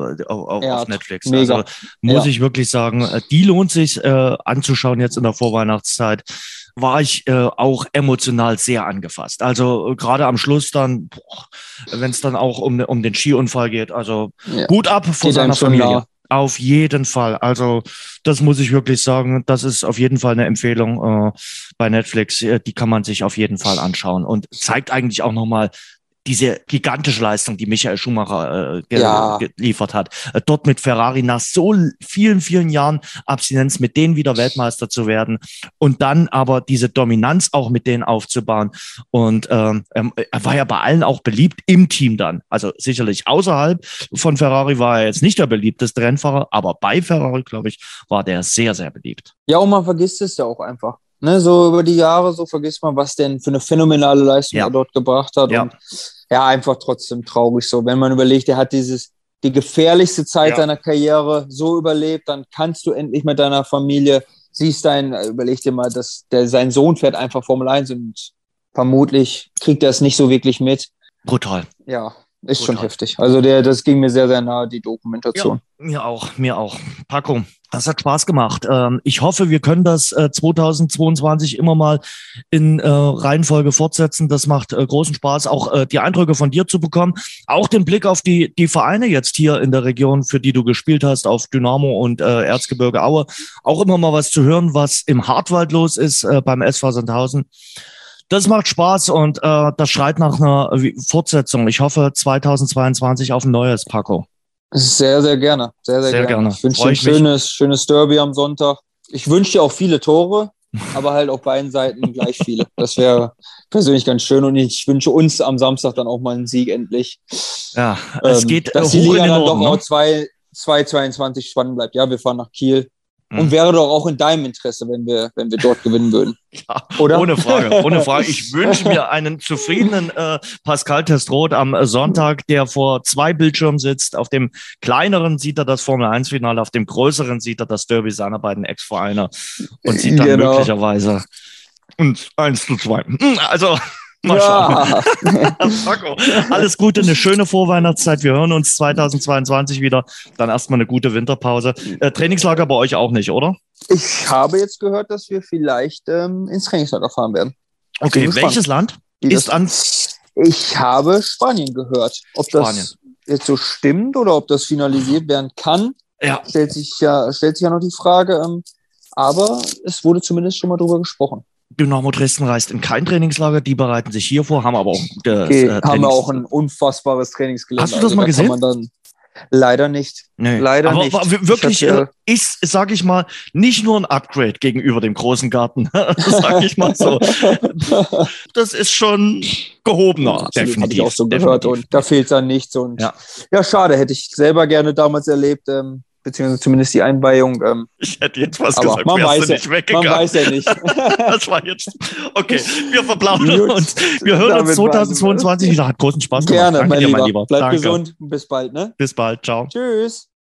auf Netflix. Mega. Also muss ich wirklich sagen, die lohnt sich anzuschauen jetzt in der Vorweihnachtszeit. War ich auch emotional sehr angefasst. Also gerade am Schluss dann, wenn es dann auch um den Skiunfall geht, also Hut ab vor seiner Familie. Auf jeden Fall. Also das muss ich wirklich sagen. Das ist auf jeden Fall eine Empfehlung bei Netflix. Die kann man sich auf jeden Fall anschauen und zeigt eigentlich auch nochmal diese gigantische Leistung, die Michael Schumacher geliefert hat. Dort mit Ferrari nach so vielen, vielen Jahren Abstinenz, mit denen wieder Weltmeister zu werden und dann aber diese Dominanz auch mit denen aufzubauen. Und er war ja bei allen auch beliebt im Team dann. Also sicherlich außerhalb von Ferrari war er jetzt nicht der beliebteste Rennfahrer, aber bei Ferrari, glaube ich, war der sehr, sehr beliebt. Ja, und man vergisst es ja auch einfach. Ne, so über die Jahre, so vergisst man, was denn für eine phänomenale Leistung er dort gebracht hat. Ja. Und ja, einfach trotzdem traurig so. Wenn man überlegt, er hat die gefährlichste Zeit seiner Karriere so überlebt, dann kannst du endlich mit deiner Familie, überleg dir mal, dass sein Sohn fährt einfach Formel 1 und vermutlich kriegt er es nicht so wirklich mit. Brutal. Ja, Ist schon heftig. Also das ging mir sehr, sehr nahe, die Dokumentation. Ja, mir auch. Paco, das hat Spaß gemacht. Ich hoffe, wir können das 2022 immer mal in Reihenfolge fortsetzen. Das macht großen Spaß, auch die Eindrücke von dir zu bekommen. Auch den Blick auf die Vereine jetzt hier in der Region, für die du gespielt hast, auf Dynamo und Erzgebirge Aue. Auch immer mal was zu hören, was im Hartwald los ist beim SV Sandhausen. Das macht Spaß und das schreit nach einer Fortsetzung. Ich hoffe 2022 auf ein neues, Paco. Sehr, sehr gerne. Sehr, sehr gerne. Ich wünsche dir ein schönes Derby am Sonntag. Ich wünsche dir auch viele Tore, aber halt auf beiden Seiten gleich viele. Das wäre persönlich ganz schön und ich wünsche uns am Samstag dann auch mal einen Sieg endlich. Ja, es geht dass die Liga dann doch auch 2022 spannend bleibt. Ja, wir fahren nach Kiel. Und wäre doch auch in deinem Interesse, wenn wir dort gewinnen würden. Ja, oder? Ohne Frage. Ich wünsche mir einen zufriedenen Pascal Testroth am Sonntag, der vor 2 Bildschirmen sitzt. Auf dem kleineren sieht er das Formel-1-Finale, auf dem größeren sieht er das Derby seiner beiden Ex-Vereine und sieht dann möglicherweise 1:2. Also mal schauen. Paco, alles Gute, eine schöne Vorweihnachtszeit. Wir hören uns 2022 wieder. Dann erstmal eine gute Winterpause. Trainingslager bei euch auch nicht, oder? Ich habe jetzt gehört, dass wir vielleicht ins Trainingslager fahren werden. Okay, welches Land ist an? Ich habe Spanien gehört. Ob das jetzt so stimmt oder ob das finalisiert werden kann, stellt sich ja noch die Frage. Aber es wurde zumindest schon mal drüber gesprochen. Dynamo Dresden reist in kein Trainingslager, die bereiten sich hier vor, haben aber auch haben auch ein unfassbares Trainingsgelände. Hast du das mal gesehen? Kann man dann leider nicht. Nee. Leider aber nicht. Wirklich ist, sage ich mal, nicht nur ein Upgrade gegenüber dem großen Garten, sage ich mal so. Das ist schon gehobener, definitiv. Habe ich auch so gehört und da fehlt dann nichts. Und ja, schade, hätte ich selber gerne damals erlebt. Beziehungsweise zumindest die Einweihung. Ich hätte jetzt was gesagt, man weiß ja nicht. Das war jetzt, okay, wir verplaudern uns. Wir hören uns 2022 wieder. Hat großen Spaß gemacht. Gerne, Danke dir, mein Lieber. Bleib gesund. Bis bald, ne? Bis bald, ciao. Tschüss.